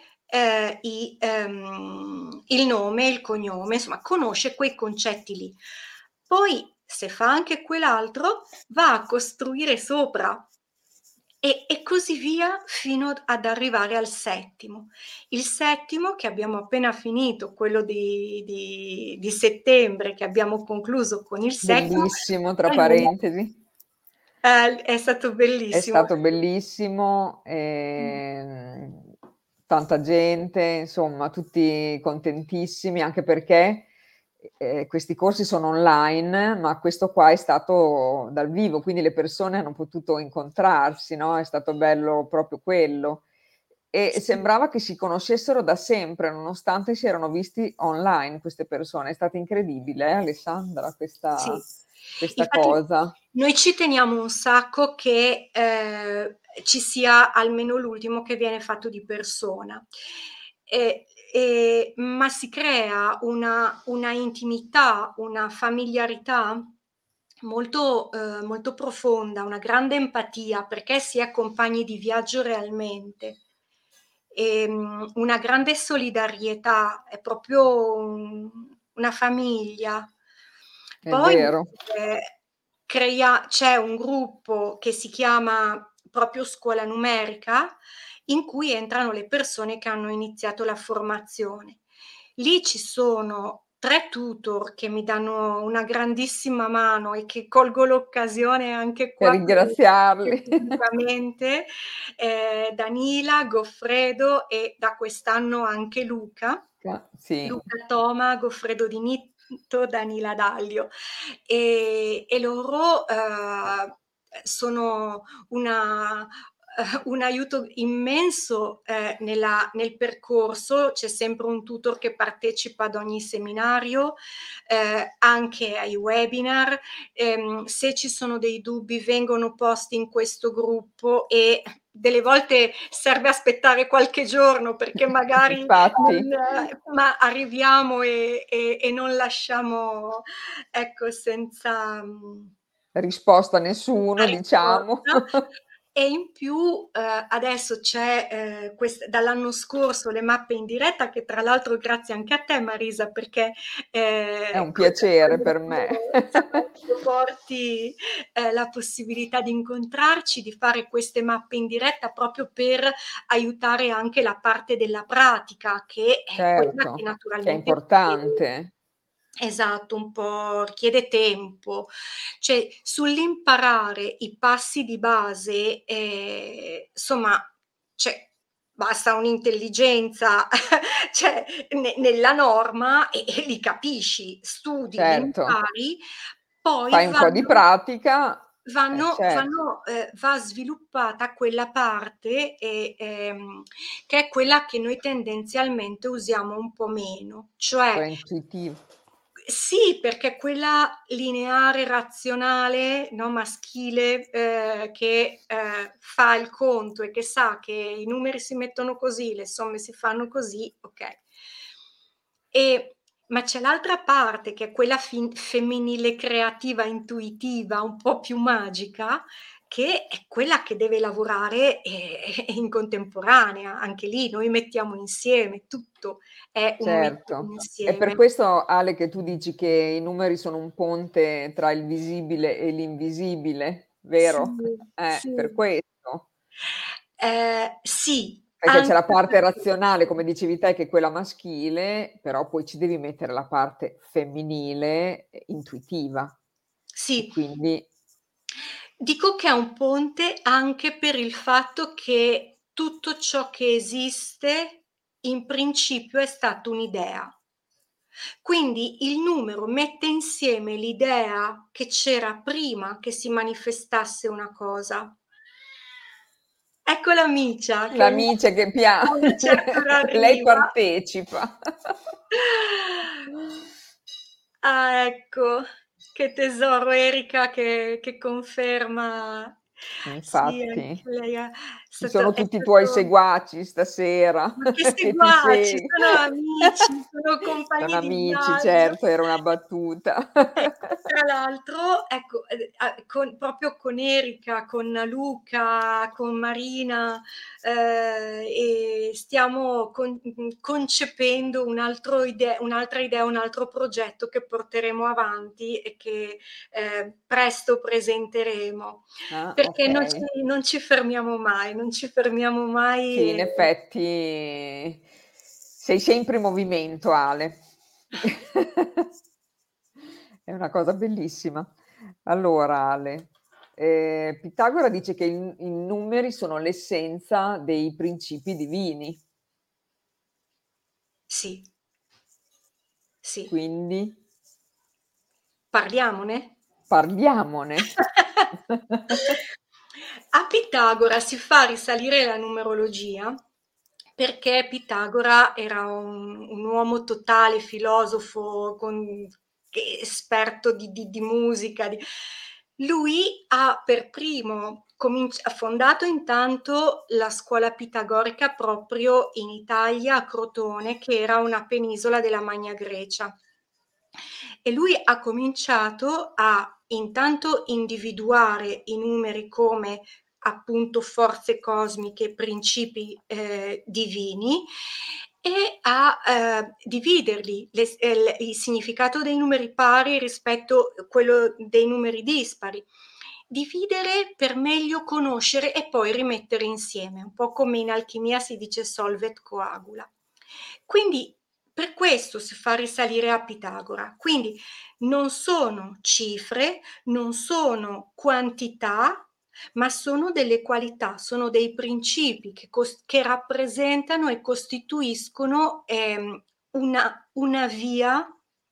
il nome, il cognome, insomma, conosce quei concetti lì. Poi, se fa anche quell'altro, va a costruire sopra e così via fino ad arrivare al settimo. Il settimo che abbiamo appena finito, quello di settembre, che abbiamo concluso con il settimo, Bellissimo, tra allora parentesi. è stato È bellissimo. stato bellissimo, Mh. tanta gente, insomma tutti contentissimi, anche perché, questi corsi sono online, ma questo qua è stato dal vivo, quindi le persone hanno potuto incontrarsi, no, è stato bello proprio quello. E Sì. sembrava che si conoscessero da sempre, nonostante si erano visti online queste persone. È stata incredibile, Alessandra, Sì. questa Infatti cosa. noi ci teniamo un sacco che, ci sia almeno l'ultimo che viene fatto di persona. Ma si crea una intimità, una familiarità molto profonda, una grande empatia, perché si è compagni di viaggio realmente. Una grande solidarietà, è proprio una famiglia. È Poi, vero. ehm, c'è un gruppo che si chiama proprio Scuola Numerica, in cui entrano le persone che hanno iniziato la formazione. Lì ci sono 3 tutor che mi danno una grandissima mano e che colgo l'occasione anche Per qua per ringraziare ringraziarli. pubblicamente, Danila, Goffredo e da quest'anno anche Luca. Sì, Luca Toma, Goffredo Di Nitto, Danila Daglio. E loro, sono un aiuto immenso, nel percorso. C'è sempre un tutor che partecipa ad ogni seminario, anche ai webinar. Se ci sono dei dubbi vengono posti in questo gruppo e delle volte serve aspettare qualche giorno perché magari infatti, non ma arriviamo e non lasciamo, ecco, senza risposta a nessuno, diciamo. risposta. E in più, adesso c'è, dall'anno scorso le mappe in diretta, che tra l'altro grazie anche a te Marisa, perché, È un con piacere il per me. tuo sabato porti, la possibilità di incontrarci, di fare queste mappe in diretta proprio per aiutare anche la parte della pratica, che è quella che Certo, che è naturalmente importante. esatto, un po' richiede tempo. Cioè, sull'imparare i passi di base, somma, cioè, basta un'intelligenza, cioè, nella norma e li capisci, studi, li Certo, impari, poi fai un po' di pratica, certo, va sviluppata quella parte, che è quella che noi tendenzialmente usiamo un po' meno, cioè quella intuitiva. sì, perché quella lineare, razionale, no, maschile, che, fa il conto e che sa che i numeri si mettono così, le somme si fanno così, okay. Ma c'è l'altra parte che è quella femminile, creativa, intuitiva, un po' più magica, che è quella che deve lavorare, in contemporanea. Anche lì noi mettiamo insieme, tutto è un mettere Certo. È per insieme. questo, Ale, che tu dici che i numeri sono un ponte tra il visibile e l'invisibile, Sì, vero? sì. Per questo. Sì, Perché c'è anche la parte perché razionale, come dicevi te, che è quella maschile, però poi ci devi mettere la parte femminile, intuitiva. E sì, quindi dico che è un ponte anche per il fatto che tutto ciò che esiste in principio è stato un'idea. Quindi il numero mette insieme l'idea che c'era prima che si manifestasse una cosa. Ecco la Micia che l'amice che ogni certo ora lei arriva. partecipa. Ah, ecco, che tesoro Erika che conferma. Sì, anche Infatti. lei Ci sono è tutti i tuoi stato seguaci stasera ma che che ti seguaci, sono seguo. amici, sono Sono compagni di amici, viaggio. certo, era una battuta. Tra l'altro, ecco, proprio con Erika, con Luca, con Marina, stiamo concependo un'altra idea, un altro progetto che porteremo avanti e che, presto presenteremo. Ah, Perché okay. non ci fermiamo mai, non ci fermiamo mai Sì, in effetti sei sempre in movimento, Ale. È una cosa bellissima. Allora, Ale, Pitagora dice che i numeri sono l'essenza dei principi divini, sì, sì. quindi Parliamone? parliamone. A Pitagora si fa risalire la numerologia perché Pitagora era un uomo totale, filosofo, esperto di musica. Lui ha per primo ha fondato intanto la scuola pitagorica proprio in Italia, a Crotone, che era una penisola della Magna Grecia. E lui ha cominciato a intanto individuare i numeri come appunto forze cosmiche, principi divini e a dividerli, il significato dei numeri pari rispetto a quello dei numeri dispari. Dividere per meglio conoscere e poi rimettere insieme, un po' come in alchimia si dice solvet coagula. Quindi per questo si fa risalire a Pitagora. Quindi non sono cifre, non sono quantità, ma sono delle qualità, sono dei principi che rappresentano e costituiscono una via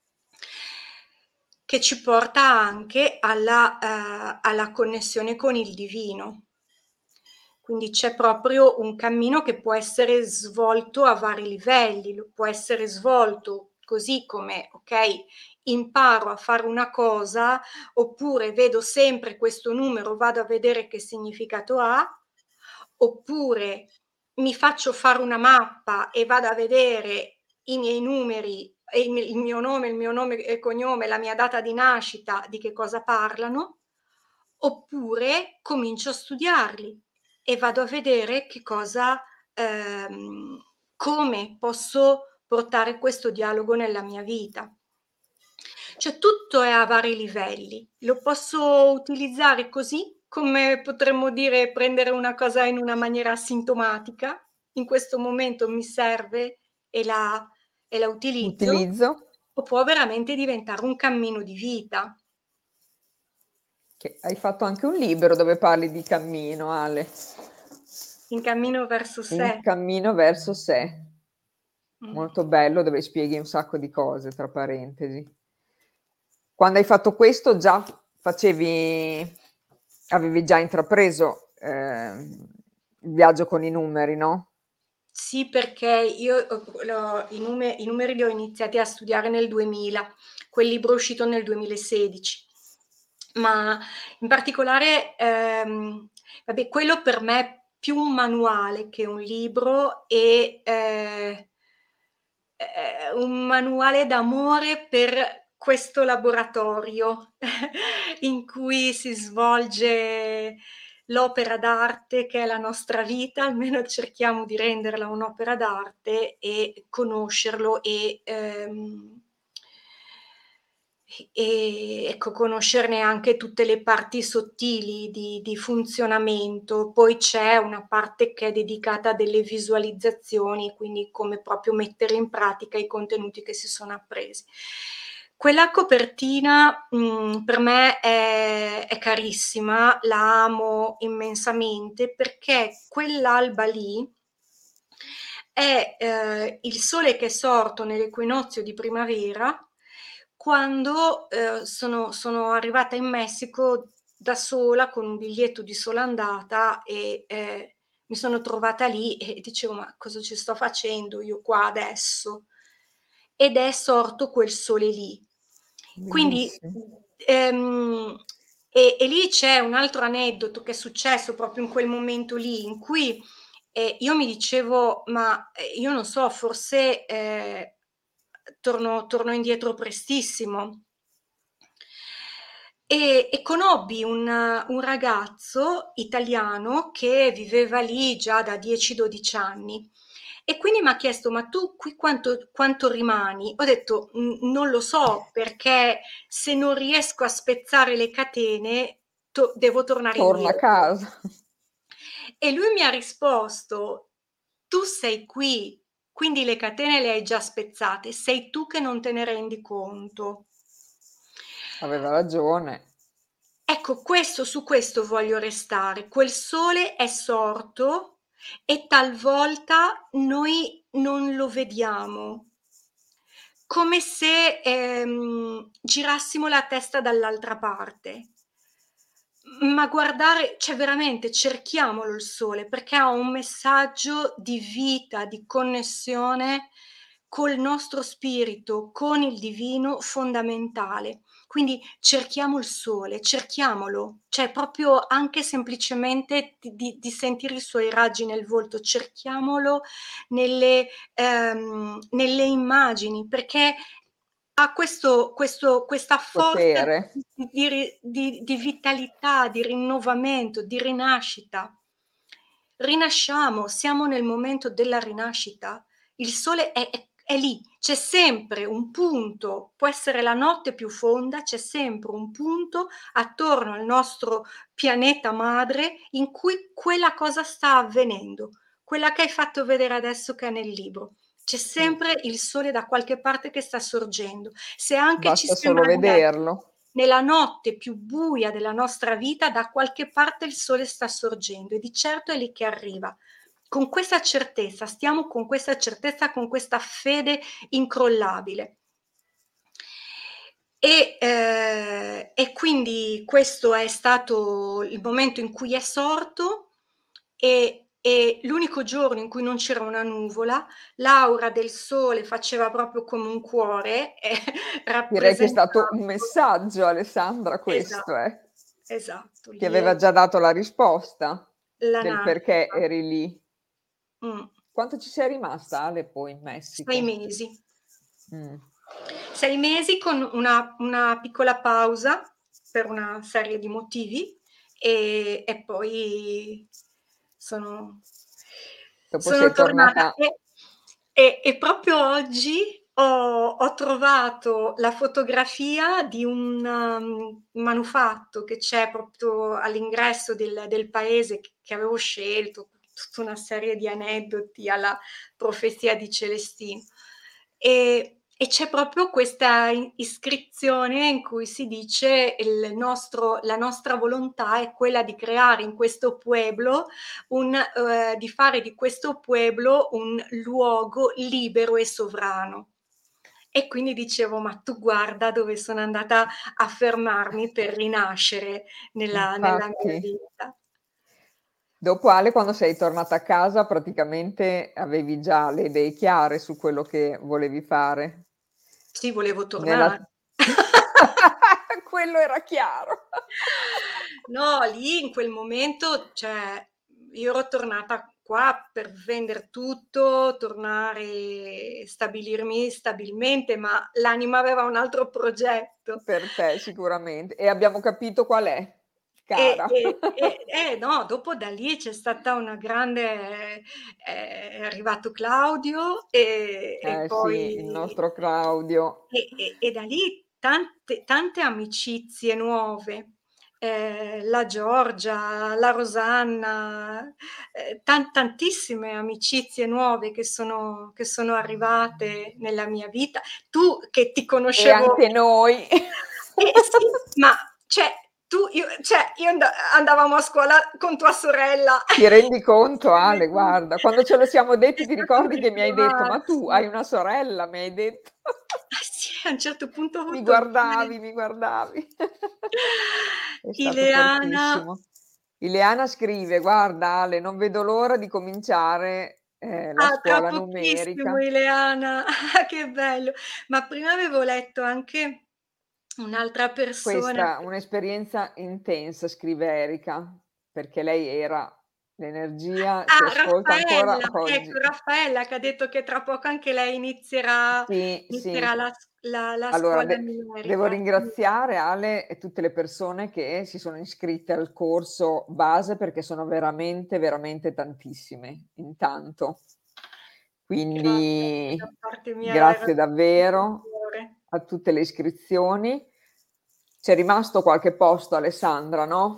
che ci porta anche alla connessione con il divino. Quindi c'è proprio un cammino che può essere svolto a vari livelli, può essere svolto così come, ok, imparo a fare una cosa, oppure vedo sempre questo numero, vado a vedere che significato ha, oppure mi faccio fare una mappa e vado a vedere i miei numeri e il mio nome e cognome, la mia data di nascita, di che cosa parlano, oppure comincio a studiarli. e vado a vedere che cosa ehm, come posso portare questo dialogo nella mia vita. Cioè tutto è a vari livelli. Lo posso utilizzare così, come potremmo dire prendere una cosa in una maniera asintomatica, in questo momento mi serve e la utilizzo, Utilizzo? o può veramente diventare un cammino di vita. Che hai fatto anche un libro dove parli di cammino, Ale. In cammino verso In sé. cammino verso sé. Mh. Molto bello, dove spieghi un sacco di cose, tra parentesi. Quando hai fatto questo già avevi già intrapreso il viaggio con i numeri, no? Sì, perché io i numeri li ho iniziati a studiare nel 2000, quel libro è uscito nel 2016. Ma in particolare, vabbè, quello per me è più un manuale che un libro e, è un manuale d'amore per questo laboratorio in cui si svolge l'opera d'arte che è la nostra vita, almeno cerchiamo di renderla un'opera d'arte e conoscerlo e ecco, conoscerne anche tutte le parti sottili di funzionamento. Poi c'è una parte che è dedicata a delle visualizzazioni, quindi come proprio mettere in pratica i contenuti che si sono appresi. Quella copertina, per me è carissima, la amo immensamente perché quell'alba lì è, il sole che è sorto nell'equinozio di primavera, quando, sono arrivata in Messico da sola con un biglietto di sola andata e, mi sono trovata lì e dicevo: "Ma cosa ci sto facendo io qua adesso?" Ed è sorto quel sole lì. Quindi, Bellissimo. ehm, e lì c'è un altro aneddoto che è successo proprio in quel momento lì, in cui, io mi dicevo: "Ma, io non so, forse, torno indietro prestissimo". E conobbi un ragazzo italiano che viveva lì già da 10, 12 anni e quindi m'ha chiesto: "Ma tu qui quanto rimani?" Ho detto: non lo so, perché se non riesco a spezzare le catene devo tornare Torna a indietro". casa. E lui mi ha risposto: "Tu sei qui, quindi le catene le hai già spezzate, sei tu che non te ne rendi conto". Aveva ragione. Ecco, su questo voglio restare. Quel sole è sorto e talvolta noi non lo vediamo, come se, girassimo la testa dall'altra parte. Ma guardare, cioè veramente cerchiamolo il sole, perché ha un messaggio di vita, di connessione col nostro spirito, con il divino fondamentale. Quindi cerchiamo il sole, cerchiamolo, cioè proprio anche semplicemente di sentire i suoi raggi nel volto, cerchiamolo nelle immagini, perché ha questa forza Potere. di vitalità, di rinnovamento, di rinascita. Rinasciamo, siamo nel momento della rinascita. Il sole è lì, c'è sempre un punto, può essere la notte più fonda, c'è sempre un punto attorno al nostro pianeta madre in cui quella cosa sta avvenendo, quella che hai fatto vedere adesso che è nel libro. C'è Sì, sempre il sole da qualche parte che sta sorgendo. Se anche ci basta solo sembra vederlo. nella notte più buia della nostra vita, da qualche parte il sole sta sorgendo e di certo è lì che arriva. Con questa certezza, stiamo con questa certezza, con questa fede incrollabile. E quindi questo è stato il momento in cui è sorto e l'unico giorno in cui non c'era una nuvola, l'aura del sole faceva proprio come un cuore e Direi che è stato rappresentava un messaggio, Alessandra, esa questo, esatto, Ti lì è aveva già dato la risposta la del perché nascita. eri lì. Mh. Quanto ci sei rimasta, Ale, poi in 6 Messico? mesi. Mh. 6 mesi con una piccola pausa per una serie di motivi e poi sono Dopo sono sei tornata tornata e proprio oggi ho trovato la fotografia di un, manufatto che c'è proprio all'ingresso del paese che avevo scelto, tutta una serie di aneddoti alla profezia di Celestino. E c'è proprio questa iscrizione in cui si dice la nostra volontà è quella di creare in questo pueblo di fare di questo pueblo un luogo libero e sovrano. E quindi dicevo: "Ma tu guarda dove sono andata a fermarmi per rinascere nella mia infatti. vita". Dopo Ale, quando sei tornata a casa, praticamente avevi già le idee chiare su quello che volevi fare? Sì, volevo Nella tornare. quello era chiaro. No, lì in quel momento, cioè, io ero tornata qua per vender tutto, tornare, stabilirmi stabilmente, ma l'anima aveva un altro progetto. Per te sicuramente. E abbiamo capito qual è, E cara. e no, dopo da lì c'è stata una grande è arrivato Claudio e Eh sì, il poi nostro Claudio. e da lì tante amicizie nuove, la Giorgia, la Rosanna, tantissime amicizie nuove che sono arrivate nella mia vita. Tu che ti E conoscevo anche noi. sì, ma cioè io andavamo a scuola con tua sorella. Ti rendi conto, Come Ale, tu. guarda, quando ce lo siamo È detti ti stato un ricordi che mi hai detto: "Ma tu hai ritrovarsi. una sorella", mi hai detto. Sì, a un certo punto ho Mi avuto il guardavi, mi guardavi. È stato Ileana. fortissimo. Ileana scrive: "Guarda Ale, non vedo l'ora di cominciare, la Tra scuola pochissimo numerica". Ileana. Che bello. Ma prima avevo letto anche un'altra persona Questa che un'esperienza intensa, scrive Erika, perché lei era l'energia si ascolta ancora Raffaella, ecco oggi. Raffaella che ha detto che tra poco anche lei Sì, inizierà sì. la Allora scuola devo numerica. ringraziare Ale e tutte le persone che si sono iscritte al corso base, perché sono veramente, veramente tantissime, intanto. Grazie, anche Quindi da parte mia era grazie un davvero onore. a tutte le iscrizioni. C'è rimasto qualche posto, Alessandra, no?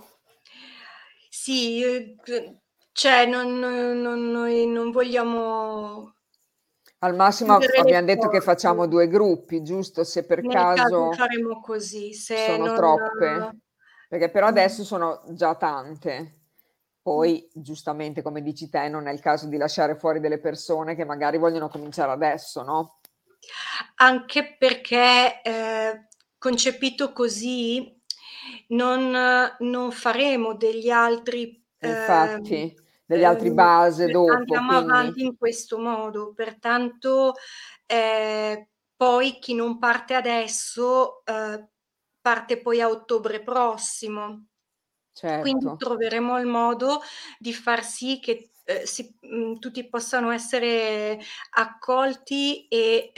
Sì, cioè noi non vogliamo Al massimo chiudere le abbiam detto che facciamo porte. 2 gruppi, giusto? Se per Nel caso caso faremo così, se sono non troppe, perché per mh, adesso sono già tante. mh. Poi, giustamente, come dici te, non è il caso di lasciare fuori delle persone che magari vogliono cominciare adesso, no? Anche perché, concepito così, non faremo degli altri Infatti, degli altri base dopo, andiamo quindi avanti in questo modo. Pertanto, poi chi non parte adesso, parte poi a ottobre prossimo. Quindi certo. troveremo il modo di far sì che, tutti possano essere accolti e,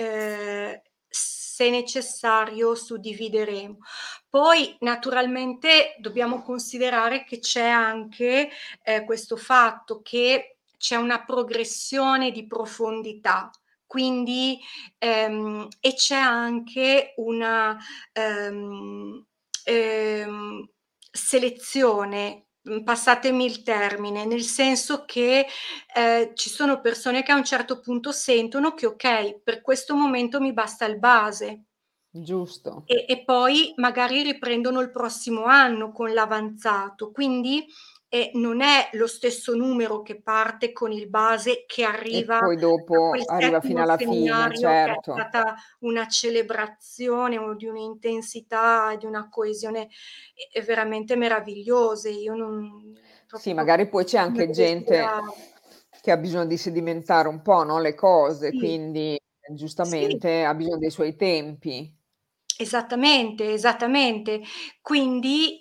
se necessario suddivideremo. Poi naturalmente dobbiamo considerare che c'è anche, questo fatto che c'è una progressione di profondità, quindi e c'è anche una, ehm, ehm selezione, passatemi il termine, nel senso che, ci sono persone che a un certo punto sentono che: "Okay, per questo momento mi basta il base", Giusto. e poi magari riprendono il prossimo anno con l'avanzato. Quindi, non è lo stesso numero che parte con il base che E arriva poi a quel dopo arriva fino settimo alla fine, seminario che è certo. stata una celebrazione o di un'intensità e di una coesione veramente meravigliose. Io non Sì, proprio magari poi c'è come anche gente desideravo. che ha bisogno di sedimentare un po', no, le cose, Sì, quindi sì. giustamente ha bisogno dei suoi tempi. Esattamente, esattamente. Quindi,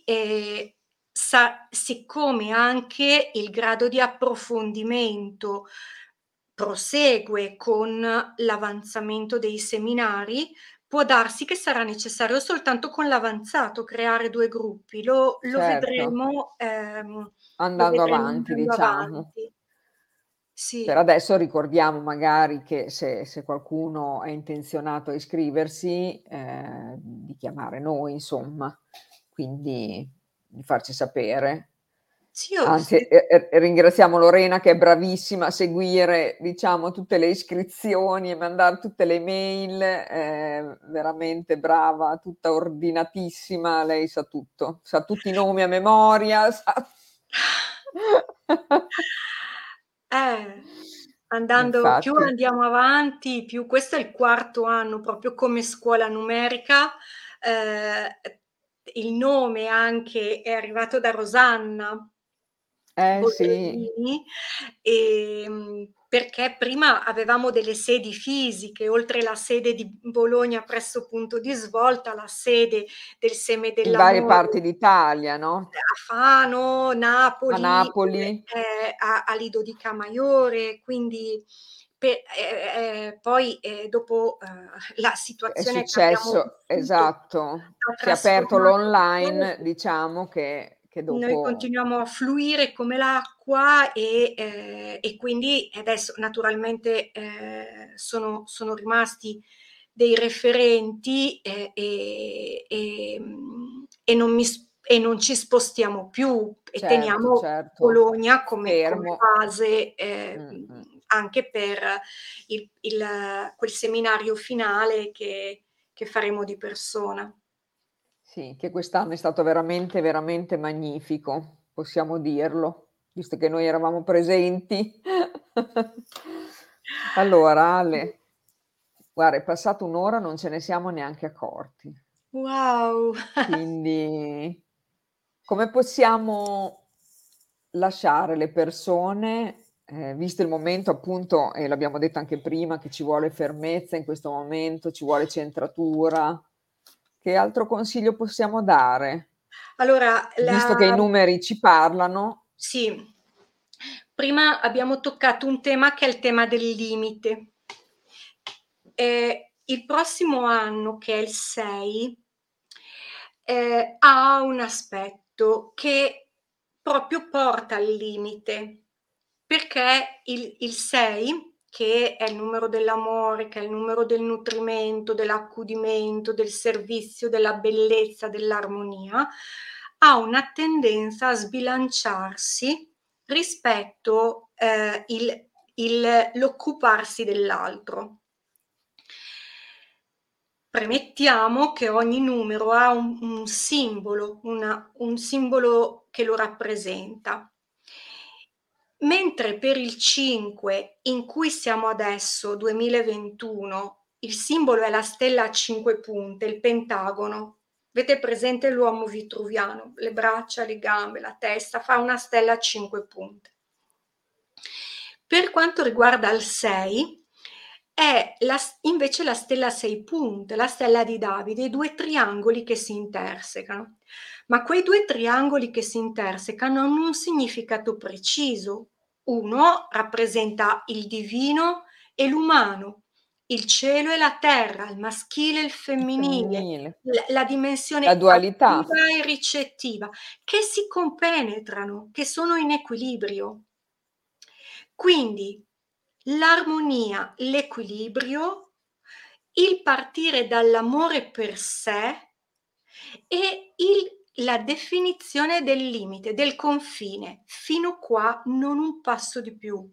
siccome anche il grado di approfondimento prosegue con l'avanzamento dei seminari, può darsi che sarà necessario soltanto con l'avanzato creare 2 gruppi. Lo Certo. vedremo, andando vedremo avanti, andando diciamo. avanti. Per Sì. adesso ricordiamo magari che se qualcuno è intenzionato a iscriversi, di chiamare noi insomma, quindi di farci sapere. Sì, io Anzi, se ringraziamo Lorena che è bravissima a seguire, diciamo, tutte le iscrizioni e mandar tutte le mail, veramente brava, tutta ordinatissima, lei sa tutti i nomi a memoria, sa andando più Infatti. andiamo avanti, più questo è il quarto anno, proprio come scuola numerica, ehm, il nome anche è arrivato da Rosanna Eh sì, Boldrini, perché prima avevamo delle sedi fisiche, oltre la sede di Bologna presso Punto di Svolta, la sede del Seme in varie dell'Amore parti d'Italia, no, a Fano, a Napoli, Napoli, a Lido di Camaiore, quindi poi, dopo, la è situazione che abbiamo successo vissuto esatto, ha si è aperto trasformato l'online, diciamo che noi dopo continuiamo a fluire come l'acqua e quindi adesso naturalmente, sono rimasti dei referenti, e non mi s e non ci spostiamo più e certo, teniamo certo, Bologna come fermo. base, Mh. anche per quel seminario finale che faremo di persona. Sì, che quest'anno è stato veramente, veramente magnifico, possiamo dirlo, visto che noi eravamo presenti. Allora Ale, guarda è passata 1 ora, non ce ne siamo neanche accorti. Wow! Quindi come possiamo lasciare le persone, visto il momento appunto, e l'abbiamo detto anche prima, che ci vuole fermezza in questo momento, ci vuole centratura. Che altro consiglio possiamo dare? Allora, Visto che i numeri ci parlano. sì, prima abbiamo toccato un tema che è il tema del limite. Il prossimo anno, che è il 6, ha un aspetto che proprio porta al limite, perché il 6, che è il numero dell'amore, che è il numero del nutrimento, dell'accudimento, del servizio, della bellezza, dell'armonia, ha una tendenza a sbilanciarsi rispetto, l'occuparsi dell'altro. Premettiamo che ogni numero ha un simbolo, un simbolo che lo rappresenta. Mentre per il 5, in cui siamo adesso, 2021, il simbolo è la stella a 5 punte, il pentagono. Avete presente l'uomo vitruviano? Le braccia, le gambe, la testa, fa una stella a 5 punte. Per quanto riguarda il 6, è invece la stella a 6 punte, la stella di Davide, i 2 triangoli che si intersecano. Ma quei 2 triangoli che si intersecano hanno un significato preciso. Uno rappresenta il divino e l'umano, il cielo e la terra, il maschile e il Il femminile, femminile, la la dimensione dualità. attiva e ricettiva, che si compenetrano, che sono in equilibrio. Quindi l'armonia, l'equilibrio, il partire dall'amore per sé e la definizione del limite, del confine. Fino qua, non un passo di più.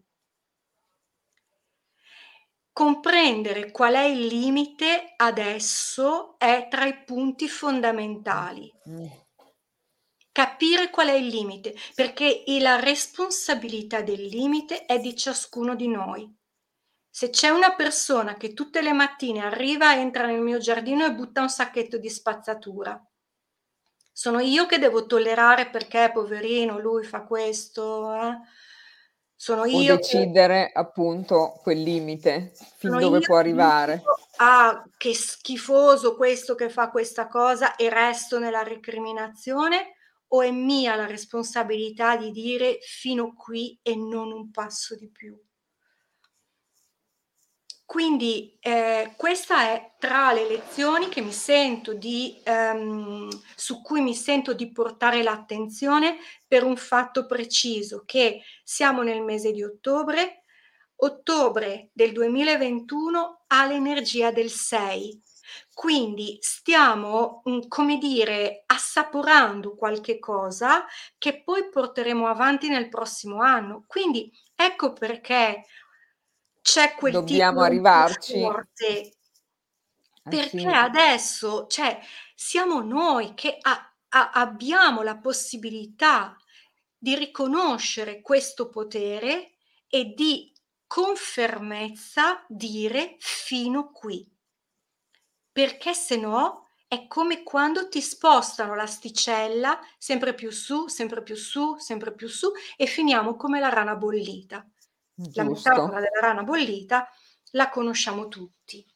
Comprendere qual è il limite adesso è tra i punti fondamentali. Mh. Capire qual è il limite, perché la responsabilità del limite è di ciascuno di noi. Se c'è una persona che tutte le mattine arriva, entra nel mio giardino e butta un sacchetto di spazzatura, sono io che devo tollerare perché poverino lui fa questo, Sono O io che decidere appunto quel limite, fin sono dove io può che arrivare. dico: "Ah, che schifoso questo che fa questa cosa" e resto nella recriminazione, o è mia la responsabilità di dire: "Fino qui e non un passo di più"? Quindi, questa è tra le lezioni che mi sento di su cui mi sento di portare l'attenzione per un fatto preciso, che siamo nel mese di ottobre, ottobre del 2021 ha l'energia del 6. Quindi stiamo, come dire, assaporando qualche cosa che poi porteremo avanti nel prossimo anno. Quindi ecco perché c'è quel Dobbiamo titolo un po' arrivarci. forte, perché Sì, adesso, cioè, siamo noi che abbiamo la possibilità di riconoscere questo potere e di con fermezza dire: "Fino qui". Perché se no è come quando ti spostano l'asticella sempre più su, sempre più su, sempre più su e finiamo come la rana bollita. La metafora giusto, della rana bollita la conosciamo tutti.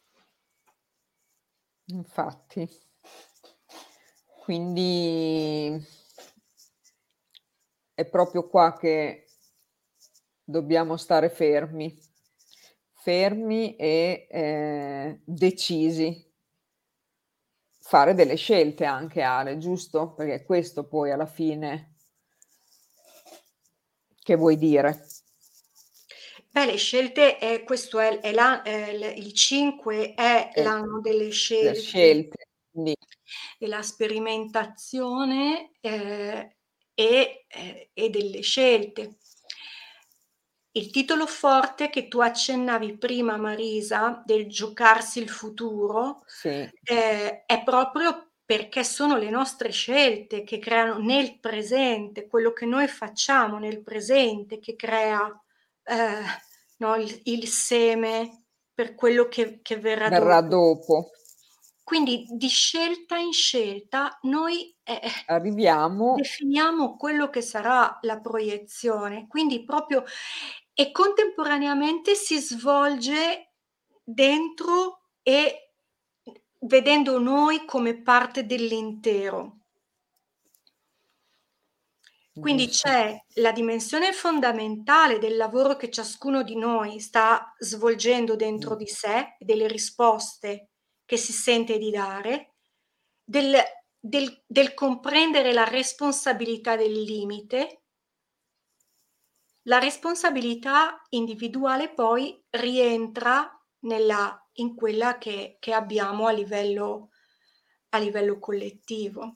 infatti. Quindi è proprio qua che dobbiamo stare fermi, fermi e decisi. Fare delle scelte anche, Ale, giusto? Perché questo poi alla fine che vuoi dire? Beh, le scelte questo è la il 5 è Eh, l'anno delle le scelte scelte, quindi e la sperimentazione, e delle scelte. Il titolo forte che tu accennavi prima, Marisa, del giocarsi il futuro, sì, è proprio perché sono le nostre scelte che creano nel presente, quello che noi facciamo nel presente che crea, ehm, no, il seme per quello che verrà verrà dopo. dopo. Quindi di scelta in scelta noi, Arriviamo definiamo quello che sarà la proiezione, quindi proprio e contemporaneamente si svolge dentro e vedendo noi come parte dell'intero. Quindi giusto, c'è la dimensione fondamentale del lavoro che ciascuno di noi sta svolgendo dentro mh, di sé, delle risposte che si sente di dare, del del comprendere la responsabilità del limite. La responsabilità individuale poi rientra in quella che abbiamo a livello collettivo.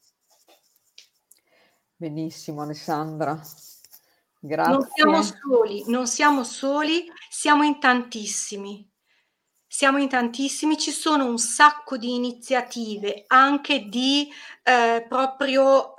benissimo Alessandra, Non siamo grazie. soli, non siamo soli, siamo in tantissimi. Siamo in tantissimi, ci sono un sacco di iniziative anche di, proprio,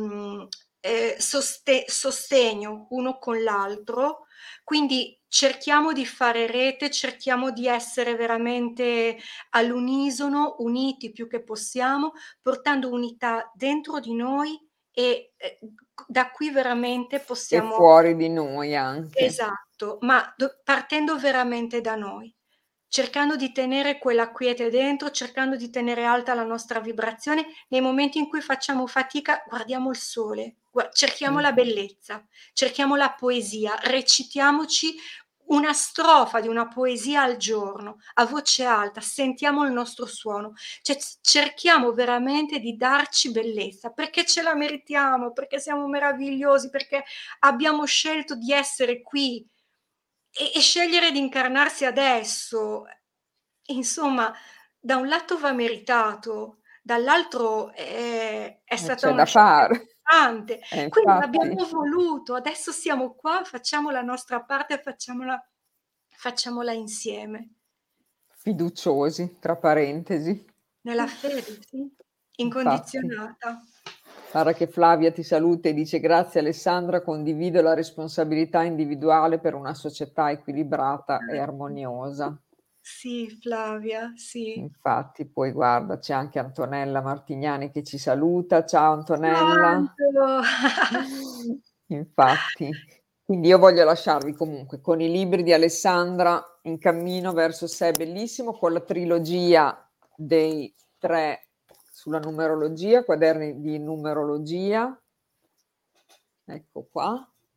sostegno uno con l'altro, quindi cerchiamo di fare rete, cerchiamo di essere veramente all'unisono, uniti più che possiamo, portando unità dentro di noi e, da qui veramente E possiamo fuori di noi anche. esatto, ma partendo veramente da noi, cercando di tenere quella quiete dentro, cercando di tenere alta la nostra vibrazione. Nei momenti in cui facciamo fatica, guardiamo il sole, cerchiamo Mh. la bellezza, cerchiamo la poesia, recitiamoci una strofa di una poesia al giorno, a voce alta, sentiamo il nostro suono, cioè cerchiamo veramente di darci bellezza, perché ce la meritiamo, perché siamo meravigliosi, perché abbiamo scelto di essere qui e scegliere di incarnarsi adesso, insomma, da un lato va meritato, dall'altro, è stata C'è una da scelta fare. importante. Quindi Infatti, l'abbiamo voluto, adesso siamo qua, facciamo la nostra parte e facciamola insieme, fiduciosi, tra parentesi. nella fede, sì, Infatti. incondizionata. Guarda che Flavia ti saluta e dice: "Grazie Alessandra, condivido la responsabilità individuale per una società equilibrata e Grazie. armoniosa". Sì, Flavia, sì. Infatti, poi guarda, c'è anche Antonella Martignani che ci saluta. Ciao Antonella. Quanto! Infatti. Quindi io voglio lasciarvi comunque con i libri di Alessandra In cammino verso sé, bellissimo, con la trilogia dei 3 sulla numerologia, quaderni di numerologia. Ecco qua.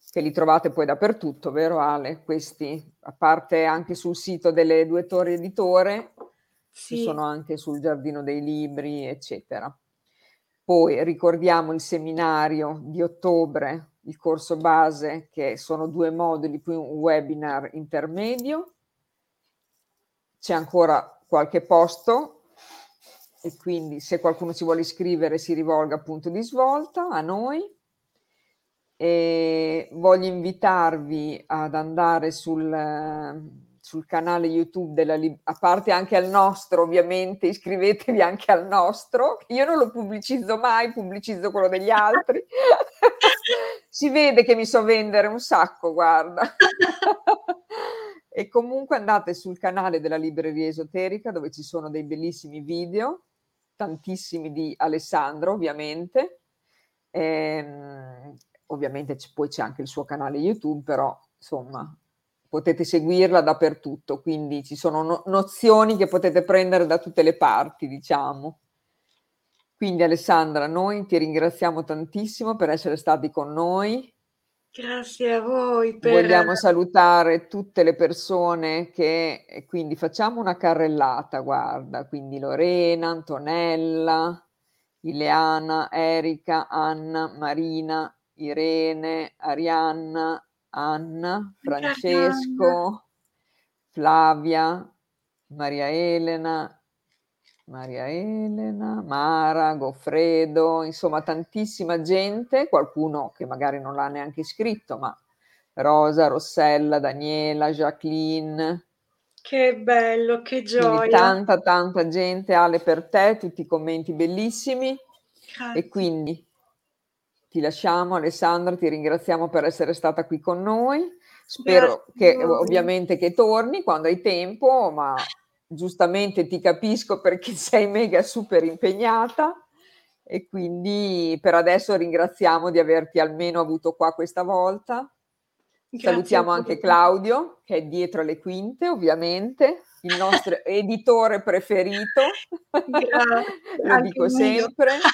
che li trovate poi dappertutto, vero Ale? Questi, a parte anche sul sito delle Due Torri Editore, ci Sì. sono anche sul Giardino dei Libri, eccetera. Poi ricordiamo il seminario di ottobre, il corso base, che sono 2 moduli più un webinar intermedio. C'è ancora qualche posto e quindi se qualcuno si vuole iscrivere si rivolga a Punto di Svolta, a noi. E voglio invitarvi ad andare sul canale YouTube a parte anche al nostro, ovviamente, iscrivetevi anche al nostro. Io non lo pubblicizzo mai, pubblicizzo quello degli altri. Si vede che mi so vendere un sacco, guarda. E comunque andate sul canale della Libreria Esoterica, dove ci sono dei bellissimi video, tantissimi di Alessandro, ovviamente. Ovviamente poi c'è anche il suo canale YouTube, però insomma potete seguirla dappertutto, quindi ci sono nozioni che potete prendere da tutte le parti, diciamo. Quindi Alessandra, noi ti ringraziamo tantissimo per essere stati con noi. Grazie a voi Vogliamo salutare tutte le persone quindi facciamo una carrellata, guarda, quindi Lorena, Antonella, Ileana, Erika, Anna, Marina, Irene, Arianna, Anna, Arianna. Francesco, Flavia, Maria Elena, Mara, Goffredo, insomma tantissima gente, qualcuno che magari non l'ha neanche scritto, ma Rosa, Rossella, Daniela, Jacqueline, Che bello, che quindi gioia. tanta gente, Ale, per te, tutti i commenti bellissimi. E Grazie. quindi ti lasciamo, Alessandra, ti ringraziamo per essere stata qui con noi. Grazie Spero a che voi. ovviamente che torni quando hai tempo, ma giustamente ti capisco perché sei mega super impegnata e quindi per adesso ringraziamo di averti almeno avuto qua questa volta. Grazie a Salutiamo anche voi. Claudio, che è dietro le quinte, ovviamente, il nostro editore preferito, Grazie, lo anche dico il mio. sempre.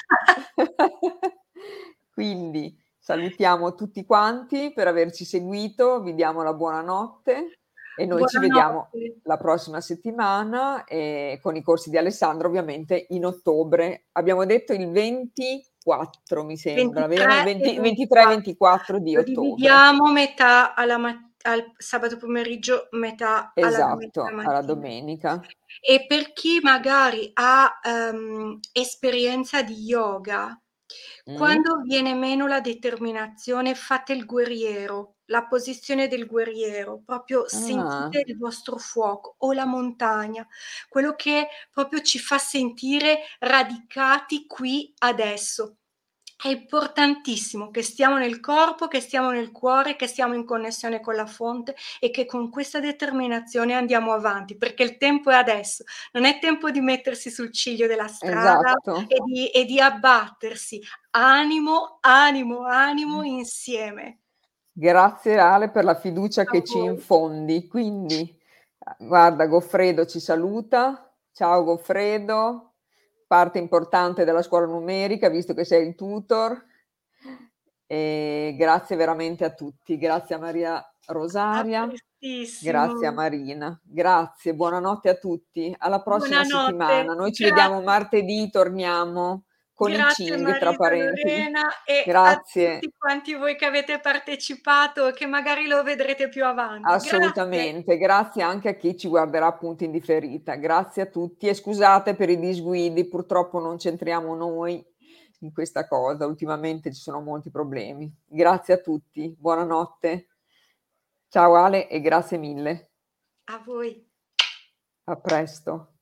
Quindi salutiamo tutti quanti per averci seguito, vi diamo la buonanotte e noi ci vediamo Buonanotte. la prossima settimana con i corsi di Alessandro, ovviamente in ottobre. Abbiamo detto il 24, mi sembra, vero? 23 e 24. 23-24 di Lo ottobre. dividiamo metà al sabato pomeriggio, metà alla domenica Esatto, alla mattina. domenica. E per chi magari ha, esperienza di yoga, Mm? quando viene meno la determinazione, fate il guerriero, la posizione del guerriero, proprio Ah, sentite il vostro fuoco o la montagna, quello che proprio ci fa sentire radicati qui adesso. È importantissimo che stiamo nel corpo, che stiamo nel cuore, che stiamo in connessione con la fonte e che con questa determinazione andiamo avanti, perché il tempo è adesso. Non è tempo di mettersi sul ciglio della strada esatto. e di abbattersi. Animo, animo, animo insieme. Grazie Ale per la fiducia A che ci voi. infondi. Quindi, guarda, Goffredo ci saluta. Ciao Goffredo, parte importante della scuola numerica, visto che sei il tutor. E grazie veramente a tutti. Grazie a Maria A Rosaria, grazie a prestissimo. Marina. Grazie, buonanotte a tutti. Alla prossima Buonanotte. settimana. Noi ci vediamo martedì, torniamo con I Grazie Ching, tra Marisa parentesi. Lorena e a Grazie. tutti quanti voi che avete partecipato e che magari lo vedrete più avanti. Grazie. Assolutamente, grazie anche a chi ci guarderà appunto in differita. Grazie a tutti e scusate per i disguidi, purtroppo non c'entriamo noi in questa cosa, ultimamente ci sono molti problemi. Grazie a tutti, buonanotte. Ciao Ale e grazie mille. A voi. A presto.